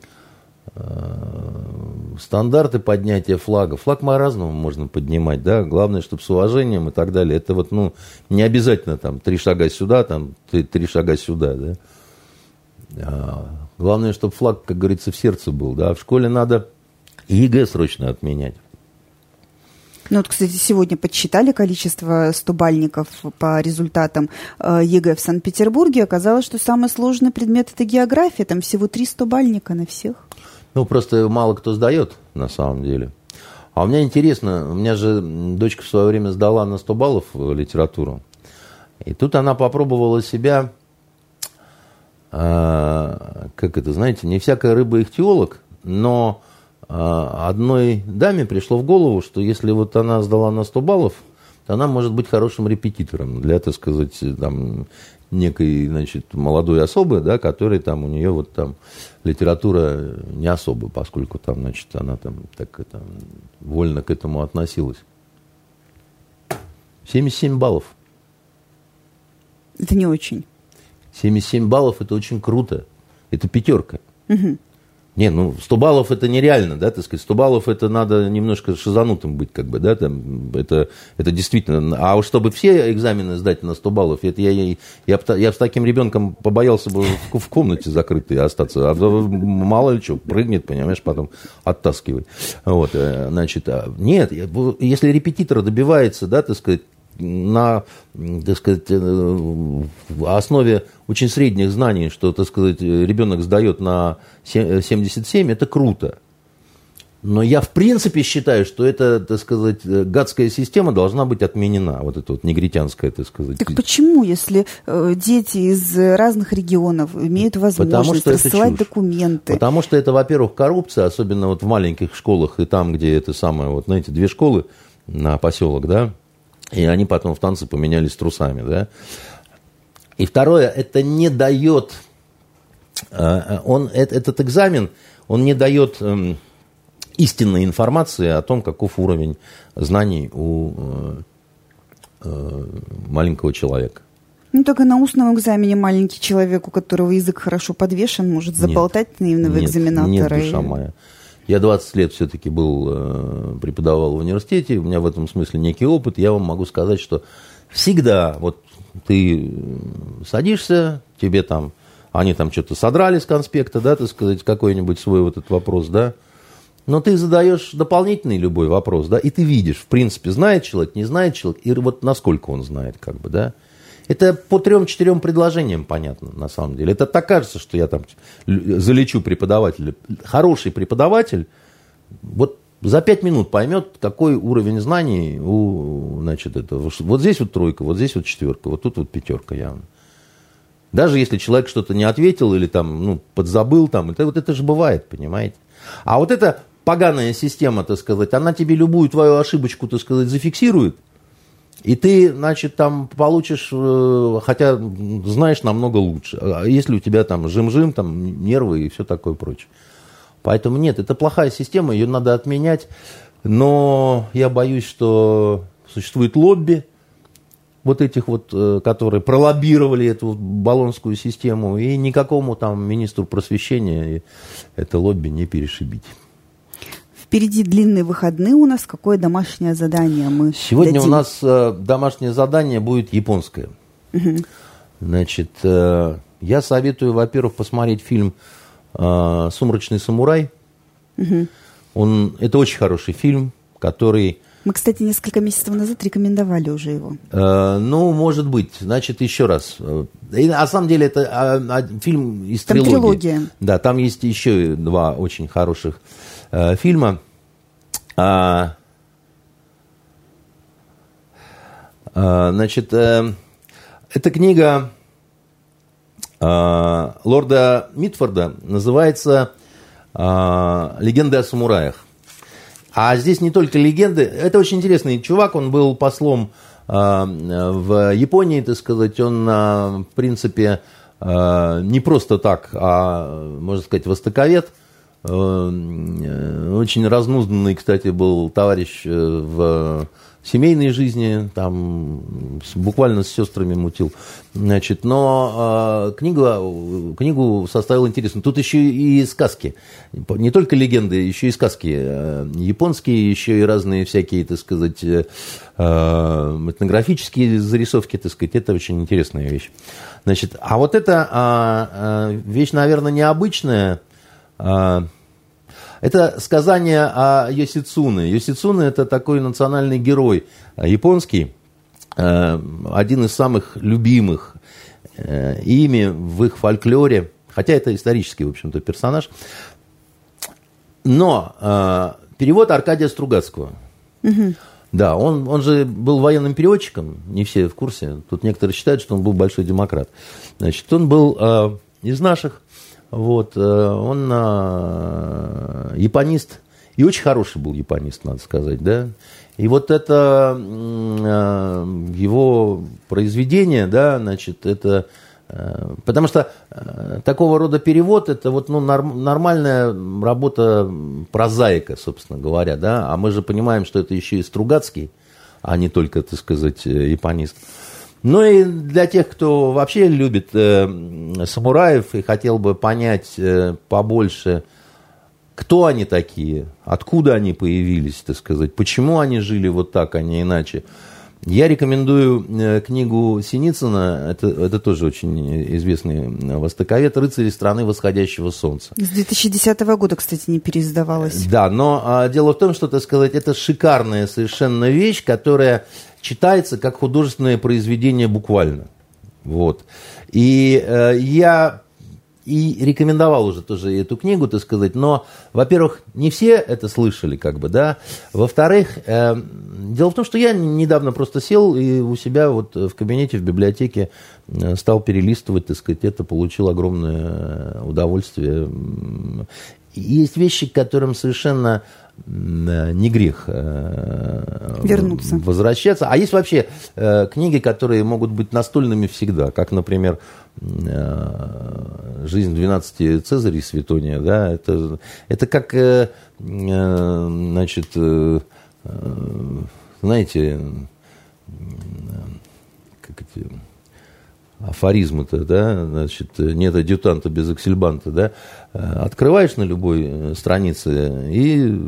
стандарты поднятия флага. Флаг по-разному можно поднимать, да. Главное, чтобы с уважением и так далее. Это вот, ну, не обязательно там три шага сюда, там три, три шага сюда, да. А, главное, чтобы флаг, как говорится, в сердце был, да. В школе надо ЕГЭ срочно отменять. Ну вот, кстати, сегодня подсчитали количество стобальников по результатам ЕГЭ в Санкт-Петербурге. Оказалось, что самый сложный предмет – это география. Там всего три стобальника на всех. Ну, просто мало кто сдает, на самом деле. А у меня интересно, у меня же дочка в свое время сдала на сто баллов литературу. И тут она попробовала себя, э, как это, знаете, не всякая рыба ихтиолог, но э, одной даме пришло в голову, что если вот она сдала на сто баллов, то она может быть хорошим репетитором для, так сказать, там, некой, значит, молодой особы, да, которой там у нее вот там литература не особо, поскольку там, значит, она там так это, вольно к этому относилась. семьдесят семь баллов. Это не очень. семьдесят семь баллов – это очень круто. Это пятерка. Угу. Не, ну, сто баллов это нереально, да, так сказать, сто баллов это надо немножко шизанутым быть, как бы, да, там, это, это действительно, а уж чтобы все экзамены сдать на сто баллов, это я, я, я, я с таким ребенком побоялся бы в, в комнате закрытой остаться, а мало ли что, прыгнет, понимаешь, потом оттаскивай, вот, значит, нет, если репетитор добивается, да, так сказать, на, так сказать, основе очень средних знаний, что, так сказать, ребенок сдает на семьдесят семь, это круто. Но я в принципе считаю, что эта, так сказать, гадская система должна быть отменена, вот эта вот негритянская, так сказать. Так почему, если э, дети из разных регионов имеют возможность рассылать документы? Потому что это, во-первых, коррупция, особенно вот в маленьких школах и там, где это самое, вот, знаете, две школы на поселок, да, и они потом в танце поменялись трусами, да. И второе, это не дает он, этот экзамен, он не дает истинной информации о том, каков уровень знаний у маленького человека. Ну, только на устном экзамене маленький человек, у которого язык хорошо подвешен, может заболтать нет, наивного нет, экзаменатора. Нет, душа моя. Я двадцать лет все-таки был, преподавал в университете, у меня в этом смысле некий опыт. Я вам могу сказать, что всегда вот ты садишься, тебе там, они там что-то содрали с конспекта, да, так сказать, какой-нибудь свой вот этот вопрос, да, но ты задаешь дополнительный любой вопрос, да, и ты видишь, в принципе, знает человек, не знает человек, и вот насколько он знает, как бы, да. Это по трем-четырем предложениям понятно, на самом деле. Это так кажется, что я там залечу преподавателя. Хороший преподаватель вот за пять минут поймет, какой уровень знаний у, значит, этого. Вот здесь вот тройка, вот здесь вот четверка, вот тут вот пятерка явно. Даже если человек что-то не ответил или там, ну, подзабыл, там, это, вот это же бывает, понимаете. А вот эта поганая система, так сказать, она тебе любую твою ошибочку, так сказать, зафиксирует. И ты, значит, там получишь, хотя знаешь намного лучше. А если у тебя там жим-жим, там нервы и все такое прочее. Поэтому нет, это плохая система, ее надо отменять. Но я боюсь, что существует лобби вот этих вот, которые пролоббировали эту болонскую систему. И никакому там министру просвещения это лобби не перешибить. Впереди длинные выходные у нас. Какое домашнее задание мы Сегодня дадим? у нас э, домашнее задание будет японское. Угу. Значит, э, я советую, во-первых, посмотреть фильм э, «Сумрачный самурай». Угу. Он, это очень хороший фильм, который... Мы, кстати, несколько месяцев назад рекомендовали уже его. Э, ну, может быть. Значит, еще раз. И, на самом деле, это а, фильм из там трилогии. трилогия. Да, там есть еще два очень хороших э, фильма. А, а, значит, э, эта книга э, лорда Митфорда называется э, «Легенды о самураях». А здесь не только легенды. Это очень интересный чувак. Он был послом э, в Японии, так сказать. Он, э, в принципе, э, не просто так, а, можно сказать, востоковед. Очень разнузданный, кстати, был товарищ в семейной жизни, там буквально с сестрами мутил. Значит, но книгу, книгу составил интересно. Тут еще и сказки. Не только легенды, еще и сказки японские, еще и разные всякие, так сказать, этнографические зарисовки, так сказать. Это очень интересная вещь. Значит, а вот эта вещь, наверное, необычная. Это сказание о Йосицуне. Йосицуне – это такой национальный герой японский, один из самых любимых ими в их фольклоре, хотя это исторический, в общем-то, персонаж. Но перевод Аркадия Стругацкого. Угу. Да, он, он же был военным переводчиком, не все в курсе. Тут некоторые считают, что он был большой демократ. Значит, он был из наших. Вот, он э, японист, и очень хороший был японист, надо сказать, да. И вот это э, его произведение, да, значит, это, э, потому что э, такого рода перевод, это вот, ну, норм, нормальная работа прозаика, собственно говоря, да, а мы же понимаем, что это еще и Стругацкий, а не только, так сказать, японист. Ну и для тех, кто вообще любит э, самураев и хотел бы понять э, побольше, кто они такие, откуда они появились, так сказать, почему они жили вот так, а не иначе, я рекомендую э, книгу Синицына, это, это тоже очень известный востоковед, «Рыцари страны восходящего солнца». С две тысячи десятого года, кстати, не переиздавалась. Да, но а, дело в том, что, так сказать, это шикарная совершенно вещь, которая читается как художественное произведение буквально. Вот. И э, я и рекомендовал уже тоже эту книгу, так сказать, но, во-первых, не все это слышали, как бы, да. Во-вторых, э, дело в том, что я недавно просто сел и у себя вот в кабинете, в библиотеке стал перелистывать, так сказать, это, получил огромное удовольствие. есть вещи, к которым совершенно не грех вернуться, возвращаться. А есть вообще книги, которые могут быть настольными всегда, как, например, «Жизнь двенадцати Цезарей» Светония. Да? Это, это как, значит, знаете, как эти афоризмы-то, да, значит, нет адъютанта без аксельбанта, да, открываешь на любой странице, и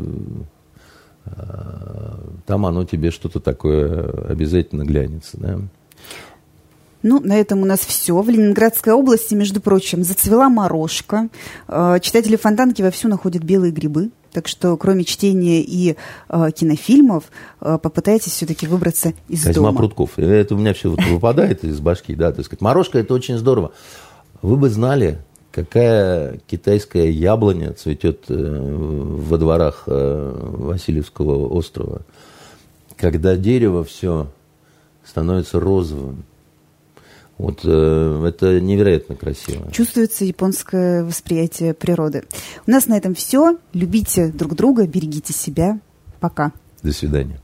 там оно тебе что-то такое обязательно глянется, да. Ну, на этом у нас все. В Ленинградской области, между прочим, зацвела морошка. Читатели Фонтанки вовсю находят белые грибы. Так что, кроме чтения и э, кинофильмов, э, попытайтесь все-таки выбраться из Козьма дома. Прутков. Это у меня все вот выпадает из башки. Да, так сказать. Морошка – это очень здорово. Вы бы знали, какая китайская яблоня цветет э, во дворах э, Васильевского острова, когда дерево все становится розовым. Вот э, это невероятно красиво. Чувствуется японское восприятие природы. У нас на этом все. Любите друг друга, берегите себя. Пока. До свидания.